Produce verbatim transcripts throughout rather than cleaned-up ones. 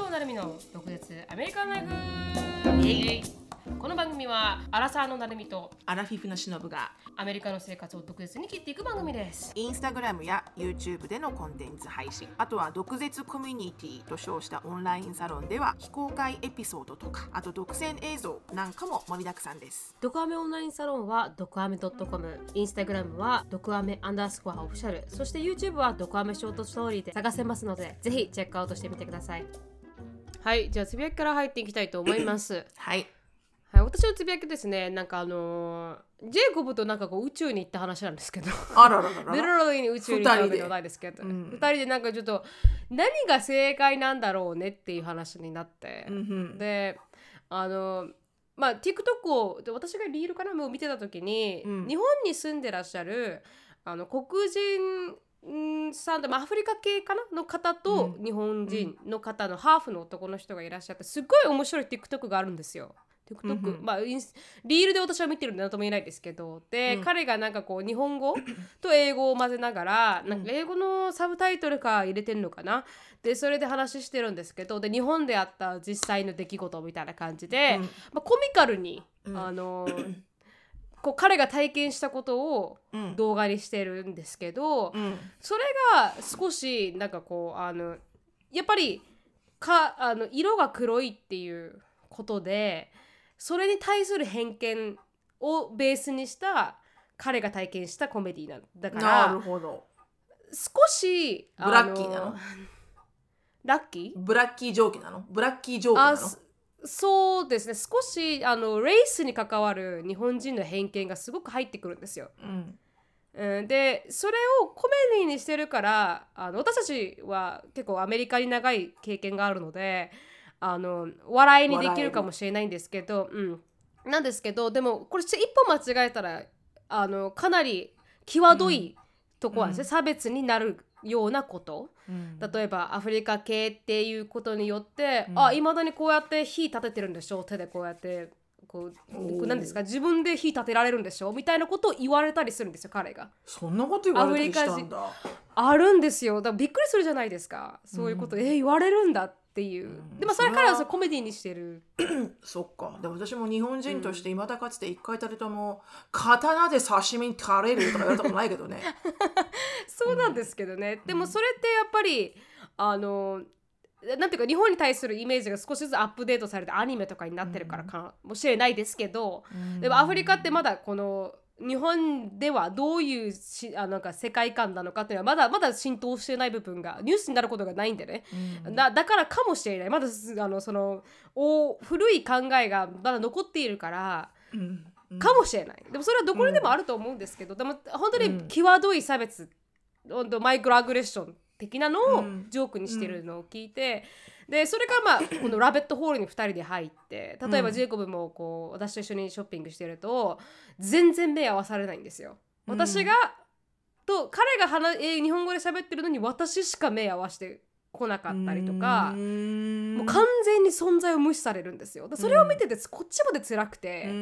野成美の独舌アメリカンライフ。イエイ。この番組はアラサーの成美とアラフィフのしのぶがアメリカの生活を独舌に切っていく番組です。 インスタグラムや YouTube でのコンテンツ配信、あとは独舌コミュニティと称したオンラインサロンでは非公開エピソードとか、あと独占映像なんかも盛りだくさんです。 ドクアメオンラインサロンはドクアメ .com、 インスタグラムはドクアメアンダースコアオフィシャル、そして YouTube はドクアメショートストーリーで探せますので、ぜひチェックアウトしてみてください。はい、じゃあつぶやきから入っていきたいと思いますはいはい、私のつぶやきですね、なんかあのー、ジェイコブとなんかこう宇宙に行った話なんですけどあららららリロリに宇宙に行ったわけではないですけど、 ふたりで、うん、 ふたりでなんかちょっと何が正解なんだろうねっていう話になって、 うん、 であのまあ TikTok を私がリールかなもう見てた時に、うん、日本に住んでらっしゃるあの黒人さんで、アフリカ系かなの方と日本人の方のハーフの男の人がいらっしゃって、すっごい面白い TikTok があるんですよ。TikTok、うんうん、まあ、インスリールで私は見てるんで何とも言えないですけど、で、うん、彼がなんかこう日本語と英語を混ぜながら、なんか英語のサブタイトルか入れてるのかな、でそれで話してるんですけど、で日本であった実際の出来事みたいな感じで、うん、まあ、コミカルに、うん、あのこう彼が体験したことを動画にしてるんですけど、うん、それが少しなんかこうあのやっぱりかあの色が黒いっていうことで、それに対する偏見をベースにした彼が体験したコメディなんだから、 なるほど、 少しブラッキーなの？ ラッキー？ ブラッキージョークなの？ブラッキージョークなの？ そうですね、少しあのレースに関わる日本人の偏見がすごく入ってくるんですよ、うんうん、でそれをコメディにしてるから、あの私たちは結構アメリカに長い経験があるので、あの笑いにできるかもしれないんですけど、うん、なんですけど、でもこれ一歩間違えたらあのかなり際どいところなんですね、うん、差別になるようなこと、うん、例えばアフリカ系っていうことによって、うん、あ、いまだにこうやって火立ててるんでしょ、手でこうやってこう何ですか、自分で火立てられるんでしょみたいなことを言われたりするんですよ、彼が。 そんなこと言われたりしたんだ。 あるんですよ。だからびっくりするじゃないですか、そういうこと、うん、えー、言われるんだっていう、うん、でもそれ彼はそれコメディにしてるそっか。でも私も日本人としていまだかつて一回たりとも刀で刺身に垂れるとか言われたことないけどねそうなんですけどね、うん、でもそれってやっぱりあのなんていうか日本に対するイメージが少しずつアップデートされてアニメとかになってるからかもしれないですけど、うん、でもアフリカってまだこの日本ではどういうしあなんか世界観なのかっていうのはまだまだ浸透してない部分がニュースになることがないんでね、うん、だ, だからかもしれない、まだあのそのお古い考えがまだ残っているから、うんうん、かもしれない。でもそれはどこにでもあると思うんですけど、うん、でも本当に際どい差別、うん、マイクロアグレッション的なのをジョークにしてるのを聞いて、うん、でそれがまあこのラベットホールにふたりで入って、例えばジェイコブもこう私と一緒にショッピングしてると全然目合わされないんですよ、うん、私がと彼が話、えー、日本語で喋ってるのに私しか目合わせてこなかったりとか、うもう完全に存在を無視されるんですよ。それを見ててこっちまで辛くて、うん、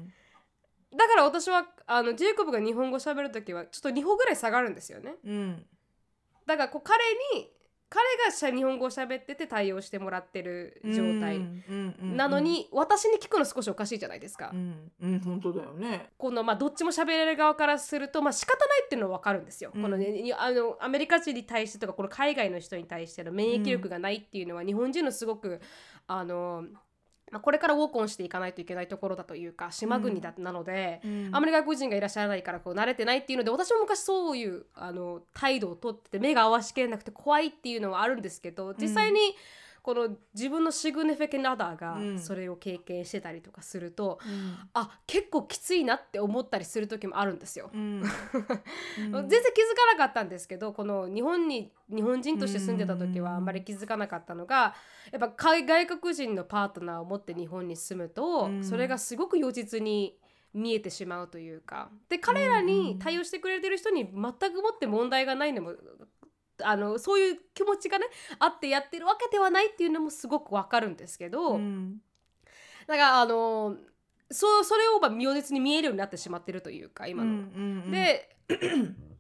だから私はあのジェイコブが日本語喋るときはちょっとにほぐらい下がるんですよね、うん、だからこう彼に彼が日本語を喋ってて対応してもらってる状態なのに、私に聞くの少しおかしいじゃないですか、 うんうん、本当だよね。 このまあどっちも喋れる側からするとまあ仕方ないっていうのは分かるんですよ、うん、このね、あのアメリカ人に対してとかこの海外の人に対しての免疫力がないっていうのは日本人のすごくあのまあ、これからウォークオンしていかないといけないところだというか島国だ、うん、なので、うん、アメリカ国人がいらっしゃらないからこう慣れてないっていうので、私も昔そういうあの態度をとってて目が合わしきれなくて怖いっていうのはあるんですけど、実際にこの自分のシグニフィケントアダーがそれを経験してたりとかすると、うん、あ結構きついなって思ったりする時もあるんですよ、うん、全然気づかなかったんですけど、この日本に日本人として住んでた時はあんまり気づかなかったのが、やっぱ外国人のパートナーを持って日本に住むと、うん、それがすごく如実に見えてしまうというか、で彼らに対応してくれてる人に全くもって問題がないのもあのそういう気持ちがねあってやってるわけではないっていうのもすごくわかるんですけど、うん、だからあのそ, それを如実に見えるようになってしまってるというか今の、うんうんうん、で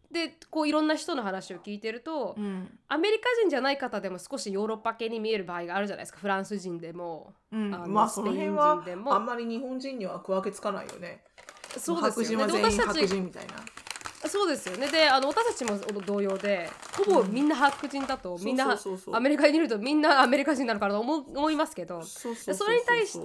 でこういろんな人の話を聞いてると、 うん、 アメリカ人じゃない方でも少しヨーロッパ系に見える場合があるじゃないですか。フランス人でも、 うん、 あのまあその辺はスペイン人でもあんまり日本人には区分けつかないよね。 そうですよね。 白人は全員で私たち白人みたいな。 そうですよね。であの私たちも同様でほぼみんな白人だと、うん、みんなアメリカにいるとみんなアメリカ人なのかなと 思, 思いますけど、それに対して、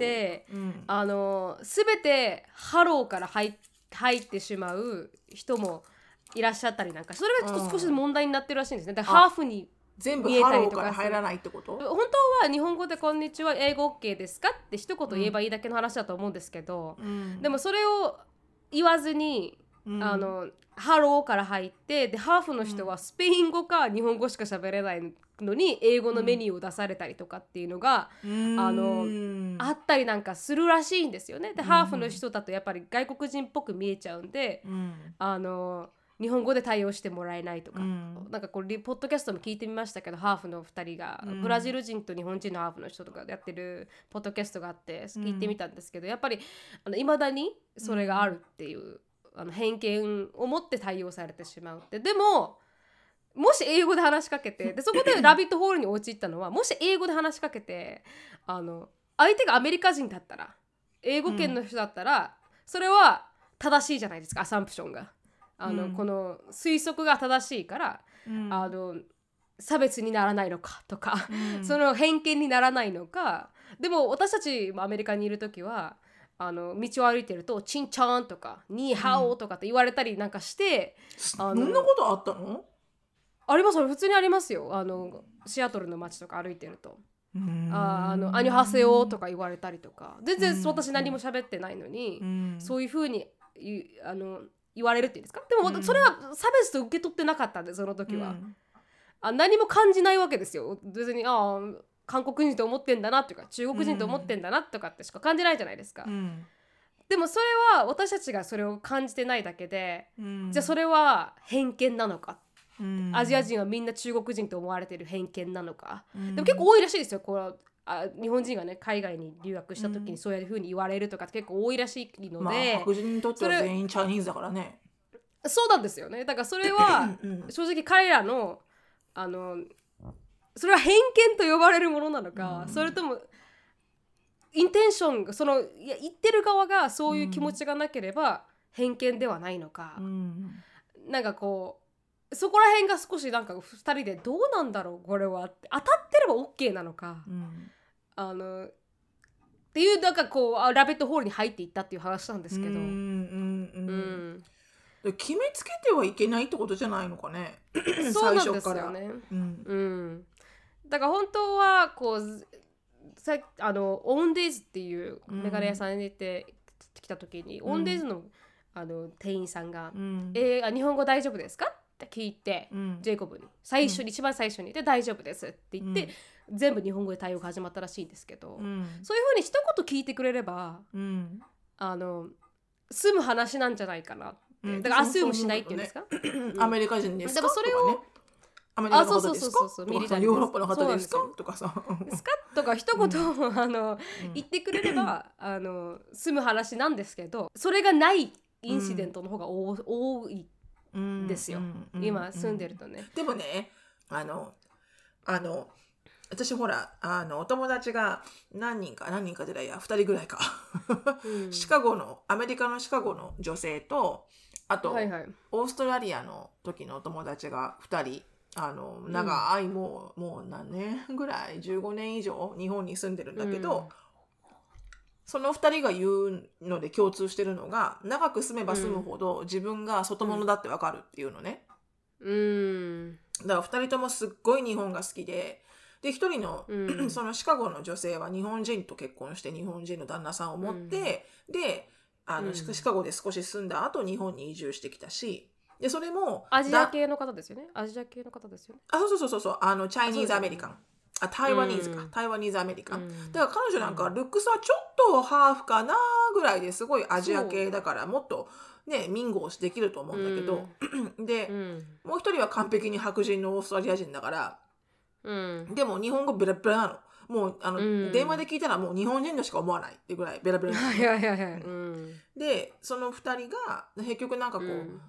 うん、あの全てハローから入, 入ってしまう人もいらっしゃったりなんか、それがちょっと少し問題になってるらしいんですね。でハーフに全部ハローから入らないってこと？ 本当は日本語でこんにちは英語 OK ですかって一言言えばいいだけの話だと思うんですけど、うん、でもそれを言わずに、うん、あのハローから入ってでハーフの人はスペイン語か日本語しか喋れないのに英語のメニューを出されたりとかっていうのが、うん、あのあったりなんかするらしいんですよね。で、うん、ハーフの人だとやっぱり外国人っぽく見えちゃうんで、うん、あの日本語で対応してもらえないとか、うん、なんかこれポッドキャストも聞いてみましたけど、ハーフのふたりが、うん、ブラジル人と日本人のハーフの人とかやってるポッドキャストがあって聞いてみたんですけど、うん、やっぱりいまだにそれがあるっていう、うん、あの偏見を持って対応されてしまうって。でももし英語で話しかけて、でそこでラビットホールに陥ったのは、もし英語で話しかけてあの相手がアメリカ人だったら、英語圏の人だったら、うん、それは正しいじゃないですか。アサンプションがあの、うん、この推測が正しいから、うん、あの差別にならないのかとか、うん、その偏見にならないのか。でも私たちもアメリカにいるときはあの道を歩いてるとチンチャンとかニーハオとかって言われたりなんかして、 うん、あのそんなことあったの？ あります。普通にありますよ。あのシアトルの街とか歩いてると、ああのアニョハセヨとか言われたりとか、全然私何も喋ってないのに、うん、そういう風にあの言われるっていうんですか。でもそれは差別と受け取ってなかったんで、その時は、うん、あ何も感じないわけですよ。別にあ韓国人と思ってんだなとか中国人と思ってんだなとかってしか感じないじゃないですか、うん、でもそれは私たちがそれを感じてないだけで、うん、じゃあそれは偏見なのか、うん、アジア人はみんな中国人と思われてる偏見なのか、うん、でも結構多いらしいですよ。こうあ日本人がね海外に留学した時にそういう風に言われるとかって結構多いらしいので、まあ、 白人にとっては全員チャイニーズだからね。 そうなんですよね。だからそれは正直彼らのあのそれは偏見と呼ばれるものなのか、うん、それともインテンションがそのいや言ってる側がそういう気持ちがなければ偏見ではないのか、うん、なんかこうそこら辺が少しなんかふたりでどうなんだろうこれはって当たってれば OK なのか、うん、あのっていうなんかこうラビットホールに入っていったっていう話なんですけど、うんうんうんうん、決めつけてはいけないってことじゃないのかねそうなんですよね、うんうん、だから本当はこうさあのオンデイズっていうメガネ屋さんに行ってきた時に、うん、オンデイズ の, あの店員さんが、うんえー、日本語大丈夫ですかって聞いて、うん、ジェイコブに最初に、うん、一番最初にで大丈夫ですって言って、うん、全部日本語で対応が始まったらしいんですけど、うん、そういう風に一言聞いてくれれば、うん、あの済む話なんじゃないかなって、うん、だからアスームしないっていうんですか、 うん、アメリカ人ですかとかね、アメリカの方ですかとかヨーロッパの方ですかとかさスカッとか一言、うん、あの、うん、言ってくれればあの済む話なんですけど、それがないインシデントの方が多、うん、多いですよ、うんうん、今住んでるとね、 うん、でもねあのあの私ほらあのお友達が何人か何人かでないやふたりぐらいか、うん、シカゴのアメリカのシカゴの女性とあと、はいはい、オーストラリアの時のお友達がふたりあの長い、うん、もうもう何年ぐらいじゅうごねん以上日本に住んでるんだけど、うん、そのふたりが言うので共通してるのが長く住めば住むほど自分が外物だってわかるっていうのね、うん、だからふたりともすっごい日本が好きででひとりの、うん、そのシカゴの女性は日本人と結婚して日本人の旦那さんを持って、うん、であの、うん、シカゴで少し住んだ後日本に移住してきたしでそれもアジア系の方ですよね。アジア系の方ですよね。 あ、そうそうそうそうあのチャイニーズアメリカン、あ台湾ニーズか、うん、台湾ニーズアメリカン、うん、だから彼女なんかルックスはちょっとハーフかなぐらいですごいアジア系だからもっとねミンゴーできると思うんだけど、うん、で、うん、もう一人は完璧に白人のオーストラリア人だから、うん、でも日本語ベラベラなの。もうあの、うん、電話で聞いたらもう日本人としか思わないってぐらいベラベラなの。でそのふたりが結局なんかこう、うん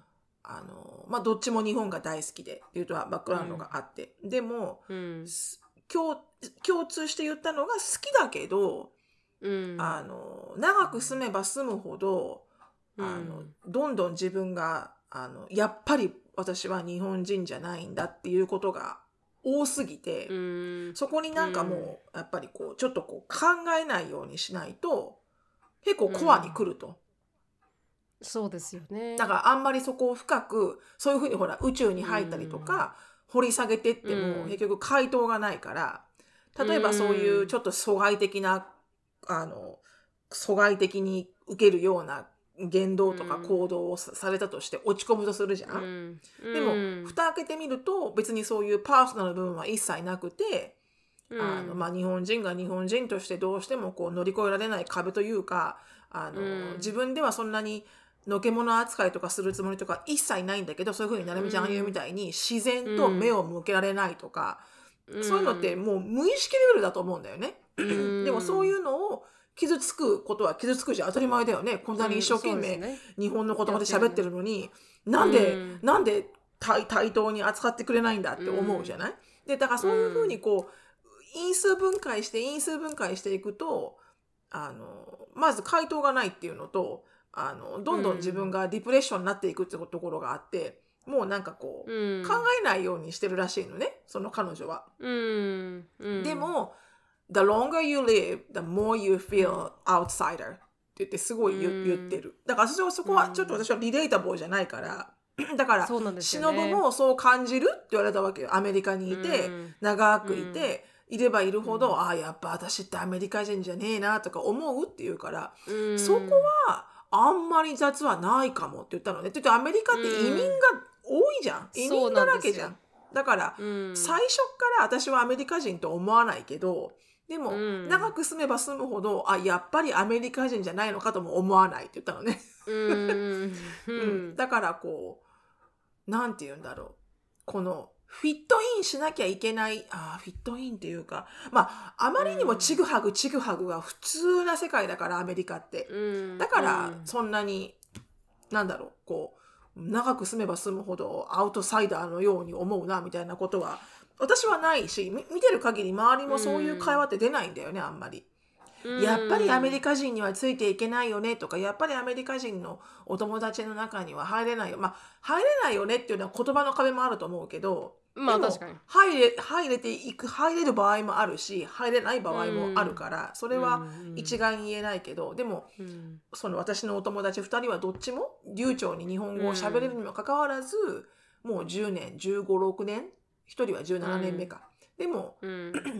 あの、まあ、どっちも日本が大好きでっていうとはバックグラウンドがあって、うん、でも、うん、共, 共通して言ったのが好きだけど、うん、あの長く住めば住むほど、うん、あのどんどん自分があのやっぱり私は日本人じゃないんだっていうことが多すぎて、うん、そこになんかもう、うん、やっぱりこうちょっとこう考えないようにしないと結構コアに来ると、うん、 そうですよね。 だからあんまりそこを深くそういうふうにほら宇宙に入ったりとか、うん、掘り下げてっても、うん、結局回答がないから、例えばそういうちょっと阻害的なあの阻害的に受けるような言動とか行動をされたとして落ち込むとするじゃん、うん、でも、うん、蓋開けてみると別にそういうパーソナルな部分は一切なくて、うん、あのまあ、日本人が日本人としてどうしてもこう乗り越えられない壁というかあの、うん、自分ではそんなにのけ者扱いとかするつもりとか一切ないんだけど、そういう風になるみちゃんが言うみたいに、うん、自然と目を向けられないとか、うん、そういうのってもう無意識レベルだと思うんだよね、うん、でもそういうのを傷つくことは傷つくじゃ当たり前だよね。こんなに一生懸命日本の言葉で喋ってるのに、うん、なんで、うん、なんで対、対等に扱ってくれないんだって思うじゃない、うん、でだからそういうふうにこう因数分解して因数分解していくとあのまず回答がないっていうのとあのどんどん自分がディプレッションになっていくってところがあって、もうなんかこう、うん、考えないようにしてるらしいのね、その彼女は、うんうん、でもThe longer you live, the more you feel outsider って言ってすごい 言, 言ってる。だからそこはちょっと私はリレータボーじゃないから、だからしのぶもそう感じるって言われたわけよ。アメリカにいて長くいていればいるほど、ああやっぱ私ってアメリカ人じゃねえなとか思うって言うから、そこはあんまり雑はないかもって言ったのね。って言ってアメリカって移民が多いじゃん。移民だらけじゃん。だから最初から私はアメリカ人と思わないけど、でも、うん、長く住めば住むほどあやっぱりアメリカ人じゃないのかとも思わないって言ったのね、うんうん、だからこうなんて言うんだろう、このフィットインしなきゃいけないあフィットインっていうか、まああまりにもちぐはぐちぐはぐが普通な世界だからアメリカって、うん、だからそんなになんだろうこう長く住めば住むほどアウトサイダーのように思うなみたいなことは私はないし、見てる限り周りもそういう会話って出ないんだよね、あんまり。やっぱりアメリカ人にはついていけないよねとか、やっぱりアメリカ人のお友達の中には入れないよ。まあ、入れないよねっていうのは言葉の壁もあると思うけど、まあ確かに入れ、入れていく、入れる場合もあるし、入れない場合もあるから、それは一概に言えないけど、でも、その私のお友達ふたりはどっちも流暢に日本語を喋れるにもかかわらず、もうじゅうねん、じゅうご、ろくねん、一人はじゅうななねんめか、うん、でも、うん、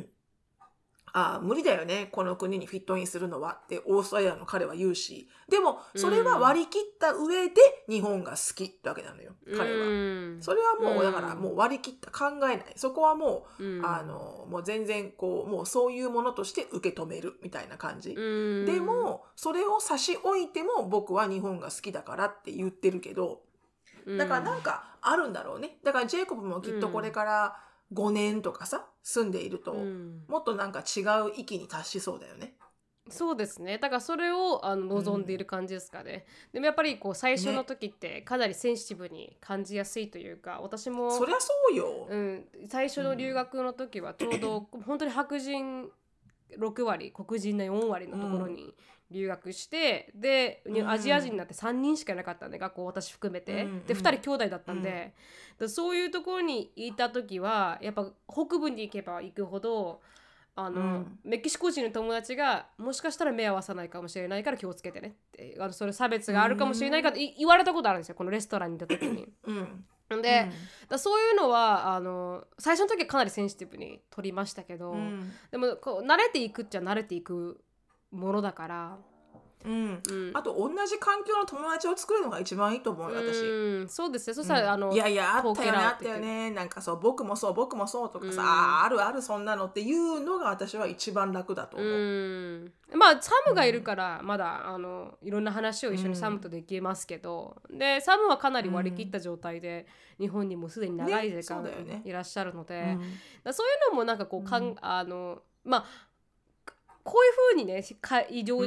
あ無理だよねこの国にフィットインするのはってオーストラリアの彼は言うし、でもそれは割り切った上で日本が好きってわけなのよ、彼は、うん、それはもうだからもう割り切った考えない、そこはもう、うん、あのもう全然こうもうそういうものとして受け止めるみたいな感じ、うん、でもそれを差し置いても僕は日本が好きだからって言ってるけど、だからなんかあるんだろうね。だからジェイコブもきっとこれからごねんとかさ住んでいると、うん、もっとなんか違う域に達しそうだよね。 そうですね。だからそれをあの望んでいる感じですかね、うん、でもやっぱりこう最初の時ってかなりセンシティブに感じやすいというか、私もそりゃそうよ、 うん、最初の留学の時はちょうど本当に白人ろくわり黒人のよんわりのところに留学して、うん、でアジア人になってさんにんしかいなかったんで、学校私含めて、うん、でふたり兄弟だったんで、うん、そういうところにいた時はやっぱ北部に行けば行くほどあの、うん、メキシコ人の友達がもしかしたら目合わさないかもしれないから気をつけてねって、あのそれ差別があるかもしれないからって言われたことあるんですよ、このレストランに行った時に、うんで、うん、だそういうのはあの最初の時はかなりセンシティブに取りましたけど、うん、でもこう慣れていくっちゃ慣れていくものだから、 うんうん、あと同じ環境の友達を作るのが一番いいと思うよ私、 うん、そうですね。そしたら、うん、あのいやいやあったよねあったよねなんかそう僕もそう僕もそうとかさ、うん、あ, あるあるそんなのっていうのが私は一番楽だと思う、うん、 まあサムがいるからまだ、うん、あのいろんな話を一緒にサムとできますけど、うん、でサムはかなり割り切った状態で、うん、日本にもすでに長い時間、ね、いらっしゃるので、うん、だそういうのもなんかこうかん、うん、あのまあこういう風にねか異常、 うん、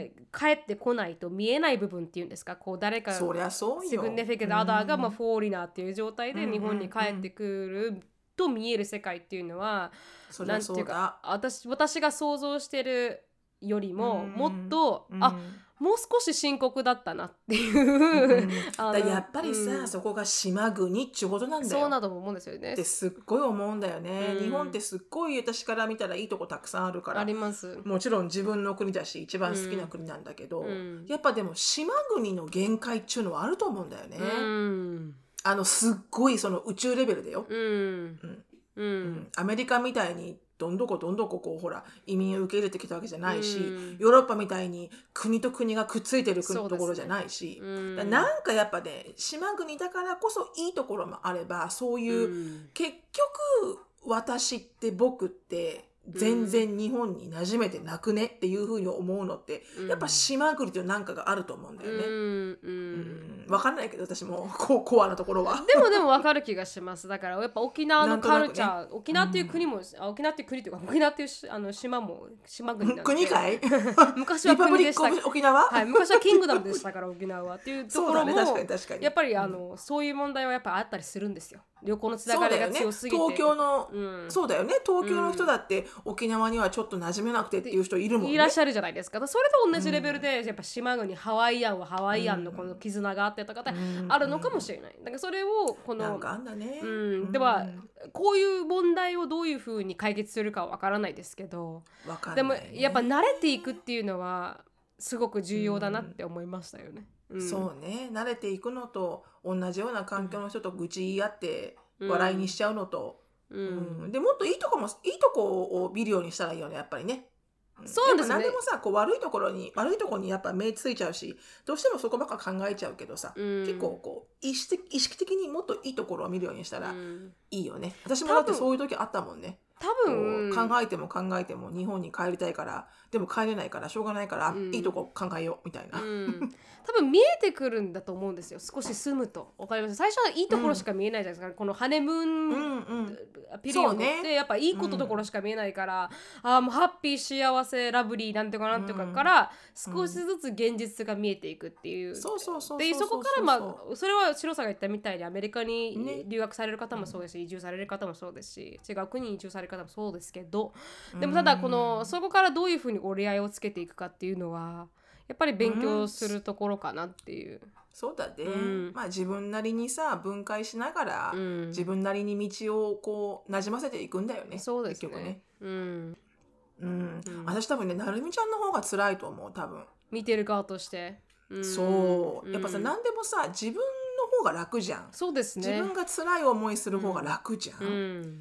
帰ってこないと見えない部分っていうんですか、こう誰かそりゃそうよ。 シグニフィケントアダーが、まあ、フォーリナーっていう状態で日本に帰ってくると見える世界っていうのは、 そりゃなんていうかそうだ。 私私が想像してるよりももっと、 うん、 あもう少し深刻だったなっていう、 うん、 あのだやっぱりさ、 うんそこが島国っちゅうことなんだよ。 そうなと思うんですよねってすっごい思うんだよね、 うん日本ってすっごい私から見たらいいとこたくさんあるから、 ありますもちろん自分の国だし一番好きな国なんだけど、 うんやっぱでも島国の限界っちゅうのはあると思うんだよね、 うんあのすっごいその宇宙レベルでよ、 うんうんうんうんアメリカみたいにどんどこどんどここうほら移民を受け入れてきたわけじゃないし、 うんヨーロッパみたいに国と国がくっついてる国そうですねところじゃないし、 うんだなんかやっぱね島国だからこそいいところもあればそういう、 うん結局私って僕って全然日本に馴染めてなくねっていうふうに思うのって、 うんやっぱ島国というなんかがあると思うんだよね、 うんううんん分かんないけど私もこうコアなところはでもでも分かる気がしますだからやっぱ沖縄のカルチャー、 なんとなくね沖縄っていう国も、あ沖縄っていう国というか沖縄っていうしあの島も島国なんで国かい昔はリパブリック・国でしたオブ・沖縄、 はい、昔はキングダムでしたから沖縄はっていうところも、 そうだね確かに確かにやっぱりあの、そういう問題はやっぱあったりするんですよ。旅行のつながりが強すぎて、 そうだよね、東京の、 うんそうだよね東京の人だって沖縄にはちょっと馴染めなくてっていう人いるもんね、 いらっしゃるじゃないですか。それと同じレベルで、やっぱ島国ハワイアンはハワイアンのこの絆があってとかってあるのかもしれない。だからそれをこのなんかあんだね、 うん、ではこういう問題をどういうふうに解決するかはわからないですけど、 わかんでもないねやっぱ慣れていくっていうのはすごく重要だなって思いましたよね。うんそうね慣れていくのと同じような環境の人と愚痴言い合って笑いにしちゃうのと、 うんうんでもっといいとこもいいとこを見るようにしたらいいよねやっぱりね。 そうですねやっぱ何でもさこう悪いところに悪いところにやっぱ目ついちゃうしどうしてもそこばっか考えちゃうけどさ、 うん結構こう意識的、意識的にもっといいところを見るようにしたらうんいいよね。私もだってそういう時あったもんね。 多分こう考えても考えても日本に帰りたいからでも帰れないからしょうがないから、 うんいいとこ考えようみたいな、 うん多分見えてくるんだと思うんですよ。少し住むとわかります。最初はいいところしか見えないじゃないですか、うん、このハネムーン、 うんうんピリオドってそうねやっぱいいことところしか見えないから、うん、あもうハッピー幸せラブリーなんてかなんてかから、うん、少しずつ現実が見えていくっていう、 そうそうそうそうでそこからまあそれは白さんが言ったみたいにアメリカに留学される方もそうですし、ね、移住される方もそうですし違う国に移住される方もそうですけど、でもただこのそこからどういうふうに折り合いをつけていくかっていうのはやっぱり勉強するところかなっていう、うん、 そうだね、 うん、 まあ自分なりにさ分解しながら、 うん、 自分なりに道をこうなじませていくんだよね。 そうですね、 結局ね、 うんうんうん、 私多分ねなるみちゃんの方が辛いと思う多分見てる側として、 うん、そうやっぱさ、うん、何でもさ自分の方が楽じゃん。 そうですね、 自分が辛い思いする方が楽じゃん、 うん、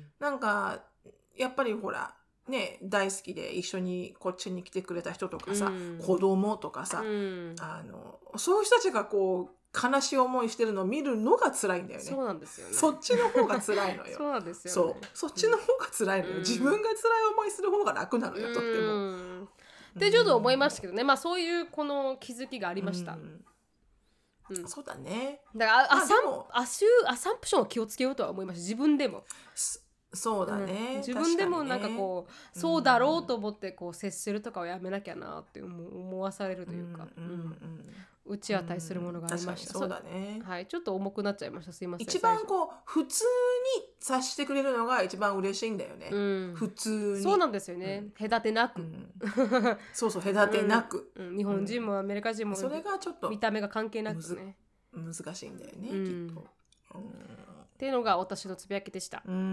なんかやっぱりほらね、大好きで一緒にこっちに来てくれた人とかさ、うん、子供とかさ、うん、あのそういう人たちがこう悲しい思いしてるのを見るのが辛いんだよね。 そうなんですよね。 そっちの方が辛いのよ。 そうなんですよ、 ね、そうそっちの方が辛いのよ、うん、自分が辛い思いする方が楽なのよ、とっても。 うんってちょっと思いましたけどね、まあそういうこの気づきがありました。 うんうん、そうだね。 だからアサンアシュアサンプションを気をつけようとは思いました。自分でも。 そうだね、 うん、自分でもなんかこう、ね、そうだろうと思ってこう接するとかをやめなきゃなって思わされるというか、うんうんうんうちは対するものがありました。 うん、そうだね。 はい、ちょっと重くなっちゃいました。すいません。 一番こう普通に察してくれるのが一番嬉しいんだよね。うん、普通に。 そうなんですよね。うん、隔てなく、うん、 そうそう隔てなく、 うんうん、日本人もアメリカ人もそれがちょっと見た目が関係なくね。 難しいんだよね、 うん、 きっと、うん。 っていうのが私のつぶやきでした。 うん。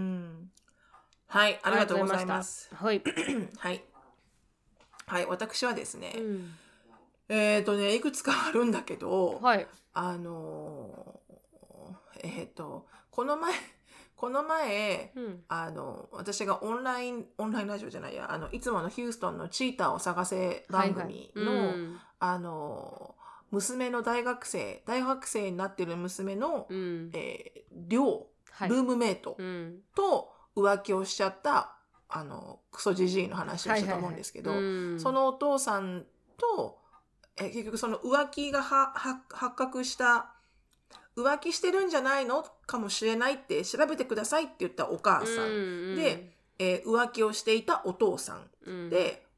はい、ありがとうございます。 はい、 はい、はい、私はですね、 うん、 えっ、ー、とねいくつかあるんだけど、 はい、 あのー、えっ、ー、とこの前この前、うん、あの私がオンラインオンラインラジオじゃないやあのいつものヒューストンのチーターを探せ番組の、はいはいうん、あの娘の大学生大学生になってる娘の、うんえー、寮、はい、ルームメイトと浮気をしちゃったあのクソジジイの話をしたと思うんですけど、はいはいはいうん、そのお父さんとえ結局その浮気がはは発覚した浮気してるんじゃないのかもしれないって調べてくださいって言ったお母さん、うんうん、で、えー、浮気をしていたお父さん、うん、で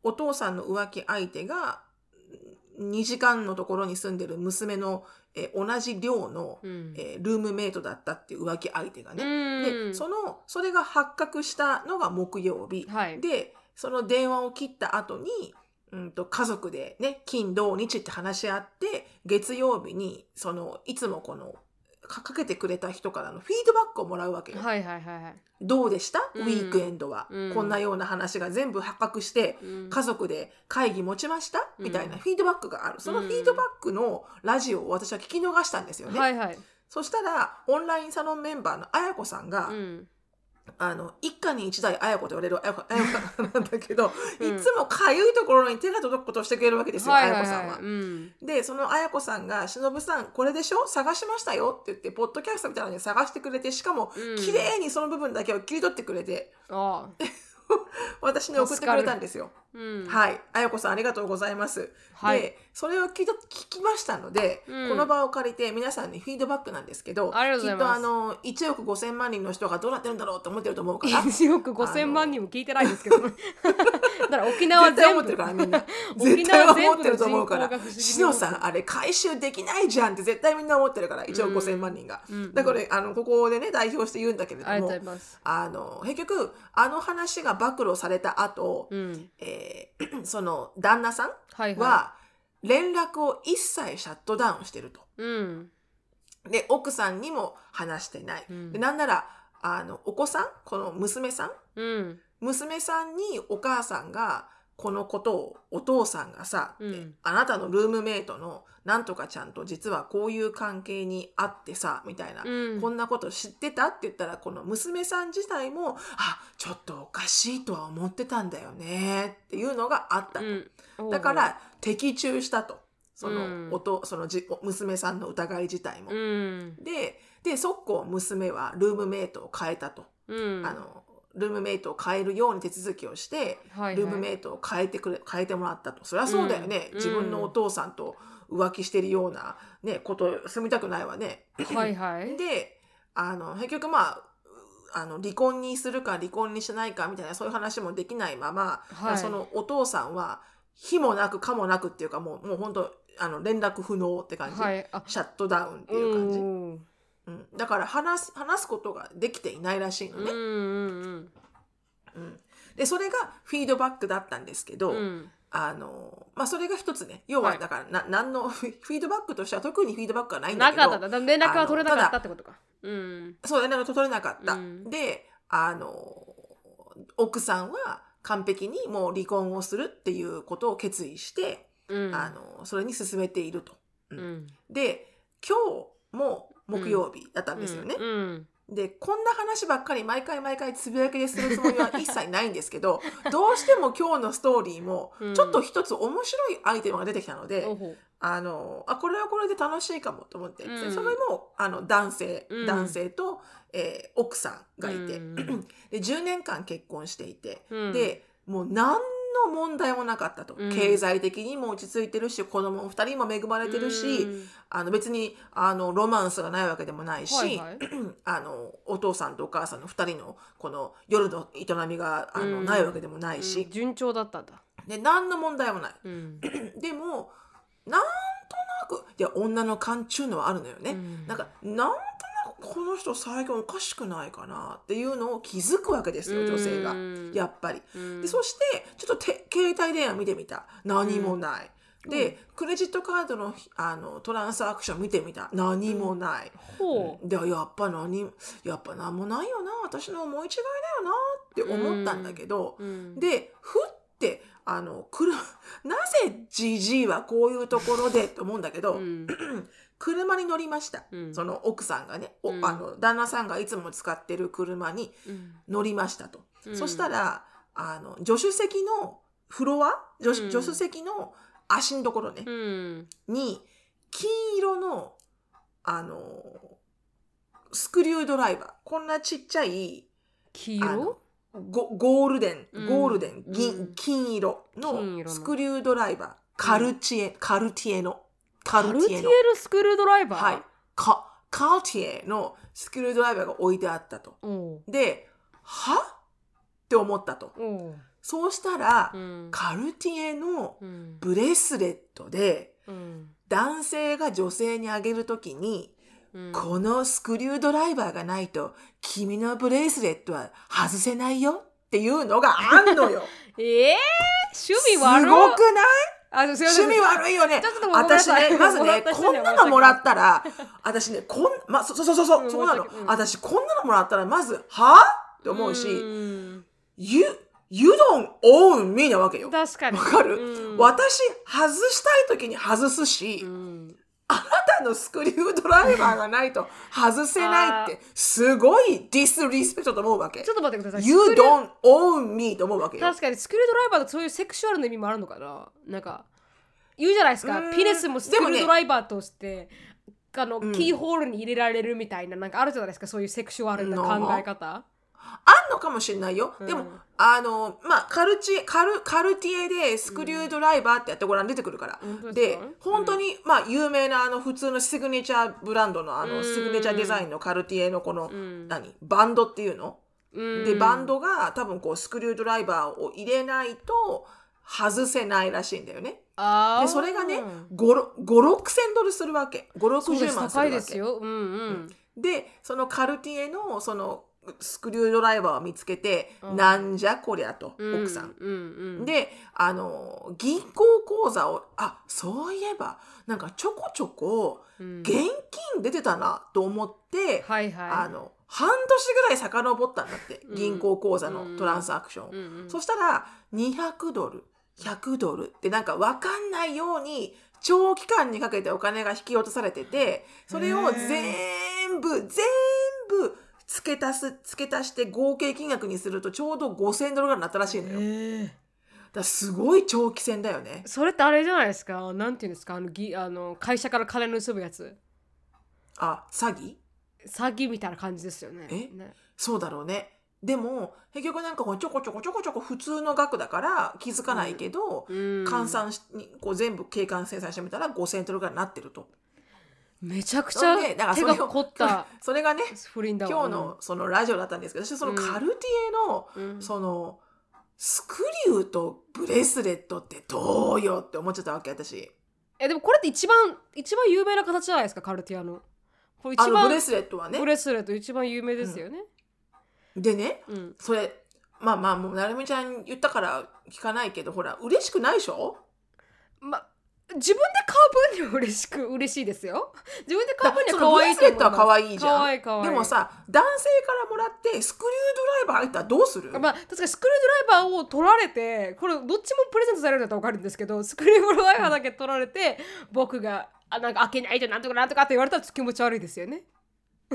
お父さんの浮気相手がにじかんのところに住んでる娘の、えー同じ寮の、 うんえールームメイトだったっていう浮気相手がね、 うんでそのそれが発覚したのが木曜日、 はいでその電話を切った後に、うんと家族でね金土日って話し合って月曜日にそのいつもこのかかけてくれた人からのフィードバックをもらうわけよ。 はいはいはいはいどうでした、 うんウィークエンドは、 うんこんなような話が全部発覚してうん家族で会議持ちました、 うんみたいなフィードバックがある。そのフィードバックのラジオを私は聞き逃したんですよね。 はいはいそしたらオンラインサロンメンバーのあやこさんが、 うんあの一家に一台あやこと言われるあやこあやこさんなんだけど、 うんいつもかゆいところに手が届くことをしてくれるわけですよ、 はいあやこさんは。 うんでそのあやこさんが「しのぶさんこれでしょ探しましたよ」って言ってポッドキャストみたいなのに探してくれて、しかもうん綺麗にその部分だけを切り取ってくれてああ私に送ってくれたんですよ。 うんはいあやこさんありがとうございます。 はいでそれを聞いと聞きましたので、 うんこの場を借りて皆さんにフィードバックなんですけど、 ありがとうございますきっとあのいちおくごせんまん人の人がどうなってるんだろうと思ってると思うからいちおくごせんまん人も聞いてないですけどだから沖縄絶対思全部ってるからみんな沖絶対縄全思ってると部の人思うから口が不思議にしのさんあれ回収できないじゃんって絶対みんな思ってるからいちおくごせんまん人が、 うんだからあのここでね代表して言うんだけれどありがもとうございますあの結局あの話が暴露された後、 うんえーその旦那さんはいはは連絡を一切シャットダウンしてると。 いうんで奥さんにも話してない、 うんでなんならあのお子さんこの娘さんうん娘さんにお母さんがこのことをお父さんがさ、 うんあなたのルームメイトのなんとかちゃんと実はこういう関係にあってさみたいな、 うんこんなこと知ってたって言ったらこの娘さん自体もあちょっとおかしいとは思ってたんだよねっていうのがあったと、 うんだから的中したとその、 うんおとそのじ娘さんの疑い自体も、 うんでで速攻娘はルームメイトを変えたと、 うんあのルームメイトを変えるように手続きをして、 はいはいルームメイトを変えてくれ変えてもらったと。そりゃそうだよね、 うん自分のお父さんと浮気してるような、ね、こと住みたくないわね。 はいはいであの結局まああの離婚にするか離婚にしないかみたいなそういう話もできないまま、 はいそのお父さんは非もなくかもなくっていうかもうもう本当あの連絡不能って感じ、 はいあシャットダウンっていう感じ、 うんうん、だから話す話すことができていないらしいのね。 うんうんうん、でそれがフィードバックだったんですけど、 うんあのまあ、それが一つね要ははいだからな何のフィフィードバックとしては特にフィードバックはないんだなけどかっただ連絡は取れなかったあのただってことかうんそう連絡取れなかった、 うんであの奥さんは完璧にもう離婚をするっていうことを決意して、 うんあのそれに進めていると、うんうんで今日も木曜日だったんですよね、 うんでこんな話ばっかり毎回毎回つぶやきでするつもりは一切ないんですけどどうしても今日のストーリーもうんちょっと一つ面白いアイテムが出てきたので、 おほあのあこれはこれで楽しいかもと思って、 うんでそれもあの男性、 うん男性と、えー奥さんがいて、 うんでじゅうねんかん結婚していて、 うんでもう何の問題もなかったと、 うん経済的にも落ち着いてるし子供ふたりも恵まれてるし、 うんあの別にあのロマンスがないわけでもないし、 はいはいあのお父さんとお母さんのふたりのこの夜の営みがあの、 うんないわけでもないうんし、 順調だったんだで何の問題もない。 うんでもなんとなくいや女の勘っちゅうのはあるのよね、 うんなんかなんとなくこの人最近おかしくないかなっていうのを気づくわけですよ女性が、 うんやっぱり。 うんでそしてちょっとて携帯電話見てみた何もない、でクレジットカードのあのトランスアクション見てみた何もない、 ほうでやっぱ何やっぱ何もないよな私の思い違いだよなって思ったんだけど、 うんでふってあのくるなぜジジイはこういうところでと思うんだけど、 うん車に乗りました、 うんその奥さんがね、おうんあの旦那さんがいつも使ってる車にうん乗りましたと、 うんそしたらあの助手席のフロア助手,、 うん助手席の足のところね、 うんに金色のあのスクリュードライバーこんなちっちゃい黄あの色ゴゴールデン、 うんゴールデン、銀うん金色金色ののスクリュードライバー、カルティエ、カルティエの、カカルティエルティエの、 ルスクルードライバーはい、カカルティエのスクリュードライバーが置いてあったと。 おうで、はって思ったと。 おうそうしたら、 うん、 カルティエのブレスレットで、うん、男性が女性にあげるときに、うん、このスクリュードライバーがないと君のブレスレットは外せないよっていうのがあんのよ。 えー、趣味悪い。 すごくない？ あ、 趣味悪いよね。私ね、まずね、こんなのもらったら、私ね、こん、ま、そうそうそうそう、そうなの。私、こんなのもらったら、まず、はって思うし、you, you don't own me なわけよ。 確かに。 わかる？私、外したい時に外すし、あなたのスクリュードライバーがないと外せないって、すごいディスリスペクトと思うわけ。 ちょっと待ってください。 You don't own me と思うわけよ。 確かに、スクリュードライバーとそういうセクシュアルな意味もあるのかな。なんか、言うじゃないですか。ピネスもスクリュードライバーとして、あの、キーホールに入れられるみたいな、なんかあるじゃないですか。そういうセクシュアルな考え方。 あんのかもしれないよ。でも、うん、あの、まあ、カルチ、カル、カルティエでスクリュードライバーってやってごらん出てくるから。うん、で、本当に、まあ、有名なあの、普通のシグネチャーブランドのあの、シグネチャーデザインのカルティエのこの、うん、何バンドっていうの、うん、で、バンドが多分こう、スクリュードライバーを入れないと外せないらしいんだよね。で、それがね、ご、ろくせんドルするわけ。ご、ろくじゅうまんするわけ。 高いですよ。うんうん。 で、そのカルティエの、その、スクリュードライバーを見つけて、うん、なんじゃこりゃと、うん、奥さん、うんうん、で、あの銀行口座をあそういえばなんかちょこちょこ現金出てたなと思って、うんはいはい、あの半年ぐらい遡ったんだって、うん、銀行口座のトランサクション、うんうん、そしたらにひゃくドルひゃくドルってなんか分かんないように長期間にかけてお金が引き落とされてて、それを全部全部付け足す、付け足して合計金額にするとちょうどごせんドルぐらいになったらしいのよ。だからすごい長期戦だよね。 それってあれじゃないですか。なんていうんですか、あのぎあの会社から金盗むやつ。 あ、詐欺？ 詐欺みたいな感じですよね。 え、 ね、 そうだろうね。でも結局なんかこうちょこちょこちょこちょこ普通の額だから気づかないけど、うん、換算しにこう全部計算精算してみたらごせんドルぐらいになってると。 めちゃくちゃ手が凝ったそれがね今日のそのラジオだったんですけど、私そのカルティエのそのスクリューとブレスレットってどうよって思っちゃったわけ私。 えでもこれって一番一番有名な形じゃないですか、カルティエの。これ一番あのブレスレットはね。 ブレスレット一番有名ですよね。 うん、でね、うん、それまあまあもうなるみちゃん言ったから聞かないけど、ほら嬉しくないでしょ。 ま自分で買う分には嬉しく嬉しいですよ。自分で買う分には可愛いと思います。ブレスレットは可愛いじゃん。 可愛い可愛い。 でもさ、男性からもらってスクリュードライバー入ったらどうする？ まあ確かにスクリュードライバーを取られて、これどっちもプレゼントされるんだったら分かるんですけど、スクリュードライバーだけ取られて、うん、僕があなんか開けないとなんとかなんとかって言われたら気持ち悪いですよね。 うん、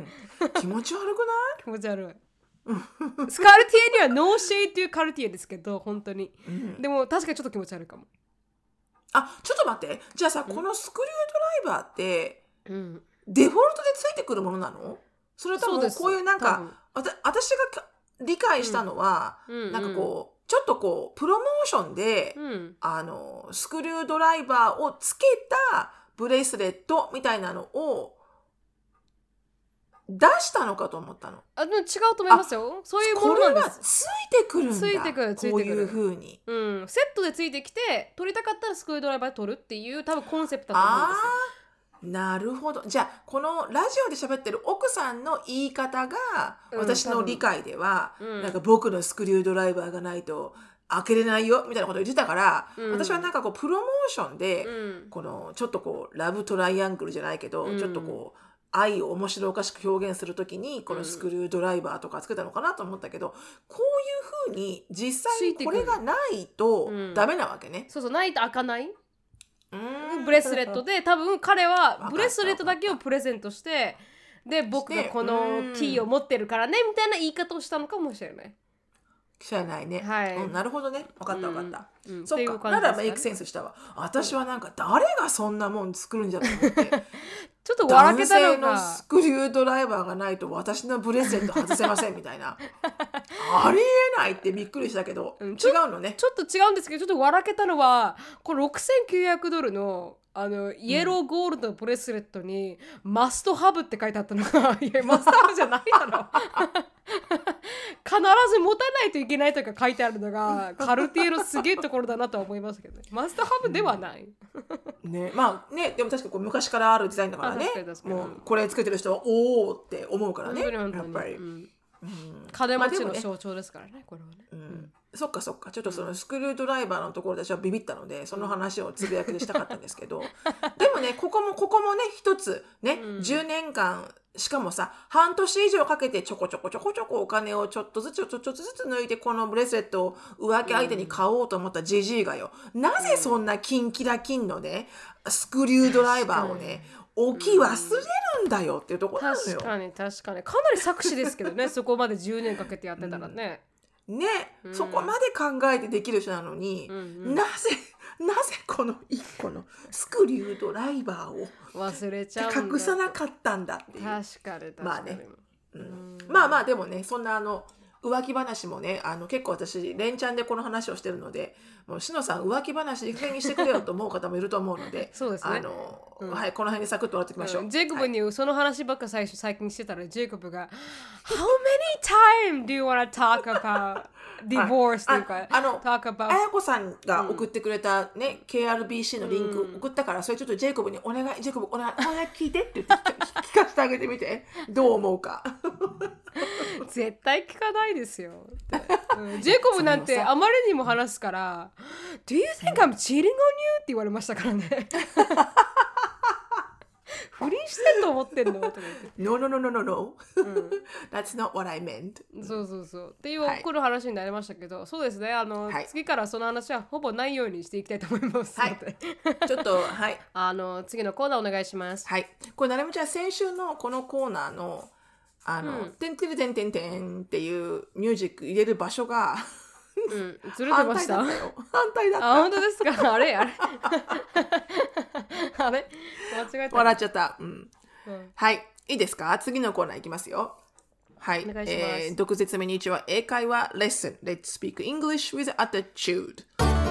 気持ち悪くない？ 気持ち悪い。スカルティエにはノーシェイっていうカルティエですけど本当に、うん、でも確かにちょっと気持ち悪いかも。 あ、ちょっと待って。じゃあさ、うん、このスクリュードライバーって、うん、デフォルトでついてくるものなの？それともこういうなんかわた私が理解したのは、うん、なんかこうちょっとこうプロモーションで、うん、あのスクリュードライバーをつけたブレスレットみたいなのを出したのかと思ったの。 あ、でも違うと思いますよ。そういうものなんです。これはついてくるんだ。 ついてくるついてくる。 こういう風に、 うん、セットでついてきて取りたかったらスクリュードライバーで取るっていう多分コンセプトだと思うんですよ。 あ、なるほど。じゃあこのラジオで喋ってる奥さんの言い方が、私の理解では、うん、なんか僕のスクリュードライバーがないと開けれないよみたいなことを言ってたから、うん、私はなんかこうプロモーションで、うん、このちょっとこうラブトライアングルじゃないけど、うん、ちょっとこう愛を面白おかしく表現するときにこのスクリュードライバーとかつけたのかなと思ったけど、うん、こういうふうに実際にこれがないとダメなわけね。 うん、そうそうないと開かないブレスレットで多分彼はブレスレットだけをプレゼントしてで僕がこのキーを持ってるからねみたいな言い方をしたのかもしれない。 知らないね、はい、うん、なるほどね、分かった分かった、うんうん、そっか、 ね、 ならメイクセンスしたわ。私はなんか誰がそんなもん作るんじゃないのってちょっと笑けたのが男性のスクリュードライバーがないと私のブレスレット外せませんみたいなありえないってびっくりしたけど、うん、違うのね。 ちょっと違うんですけど、ちょっと笑けたのはこのろくせんきゅうひゃくドルのあのイエローゴールドのブレスレットに、うん、マストハブって書いてあったのがいやマストハブじゃないだろ必ず持たないといけないとか書いてあるのがカルティエのすげえところだなとは思いますけどね。マストハブではない、 うん、ね、まあね、でも確かこう昔からあるデザインだからね、もうこれつけてる人はおおって思うからね、やっぱり、うん、 金持ちの象徴ですからね、まあね、これはね、 うん、そっかそっか、ちょっとそのスクリュードライバーのところで私はビビったので、その話をつぶやきでしたかったんですけどでもね、ここもここもね一つね、うん、じゅうねんかんしかもさ、半年以上かけてちょこちょこちょこちょこお金をちょっとずつちょっとずつ抜いてこのブレスレットを浮気相手に買おうと思ったジジイがよ、なぜそんなキンキラキンのねスクリュードライバーをね置き忘れるんだよっていうところなのよ。 確かに確かにかなり作詞ですけどねそこまでじゅうねんかけてやってたらね、 うん、ね、うん、そこまで考えてできる人なのに、うんうん、なぜなぜこの一個のスクリュードライバーを忘れちゃうんだ、 隠さなかったんだっていう。 確かに確かに、 まあね、うん、まあまあでもね、そんなあの浮気話もね、あの結構私連チャンでこの話をしてるので、もうしのさん浮気話いい加減にしてくれよと思う方もいると思うのでそうですね、 あの、うん、はい、この辺でサクッと終わっていきましょう、 うん、ジェイコブにその話ばっか最初最近してたら、ジェイコブが How many times do you want to talk about divorce というか、 あの talk about あやこさんが送ってくれたね、うん、ケーアールビーシー のリンク送ったから、それちょっとジェイコブにお願い、ジェイコブお願い、お願い聞いてって言って聞かせてあげてみて、どう思うか絶対聞かないですよ、うん、ジェイコブなんてあまりにも話すからDo you think I'm cheating on you? って言われましたからね不倫してんと思ってんのとか言って No, no, no, no, no, no、うん、That's not what I meant。 そうそうそうっていう怒る話になりましたけど、はい、そうですね、あの、はい、次からその話はほぼないようにしていきたいと思いますので、 はい、ちょっとはいあの次のコーナーお願いします。 はい、これなるみちゃん先週のこのコーナーのあの、うん、てんてるてんてんてんっていうミュージック入れる場所がうん、ずれてました。 反対だった。 あ、本当ですか。あれあれあれ間違えた。 笑っちゃった、うんうん、はい、いいですか。次のコーナーいきますよ。はい、 お願いします。 えー、毒舌ミニチュア英会話レッスン Let's speak English with attitude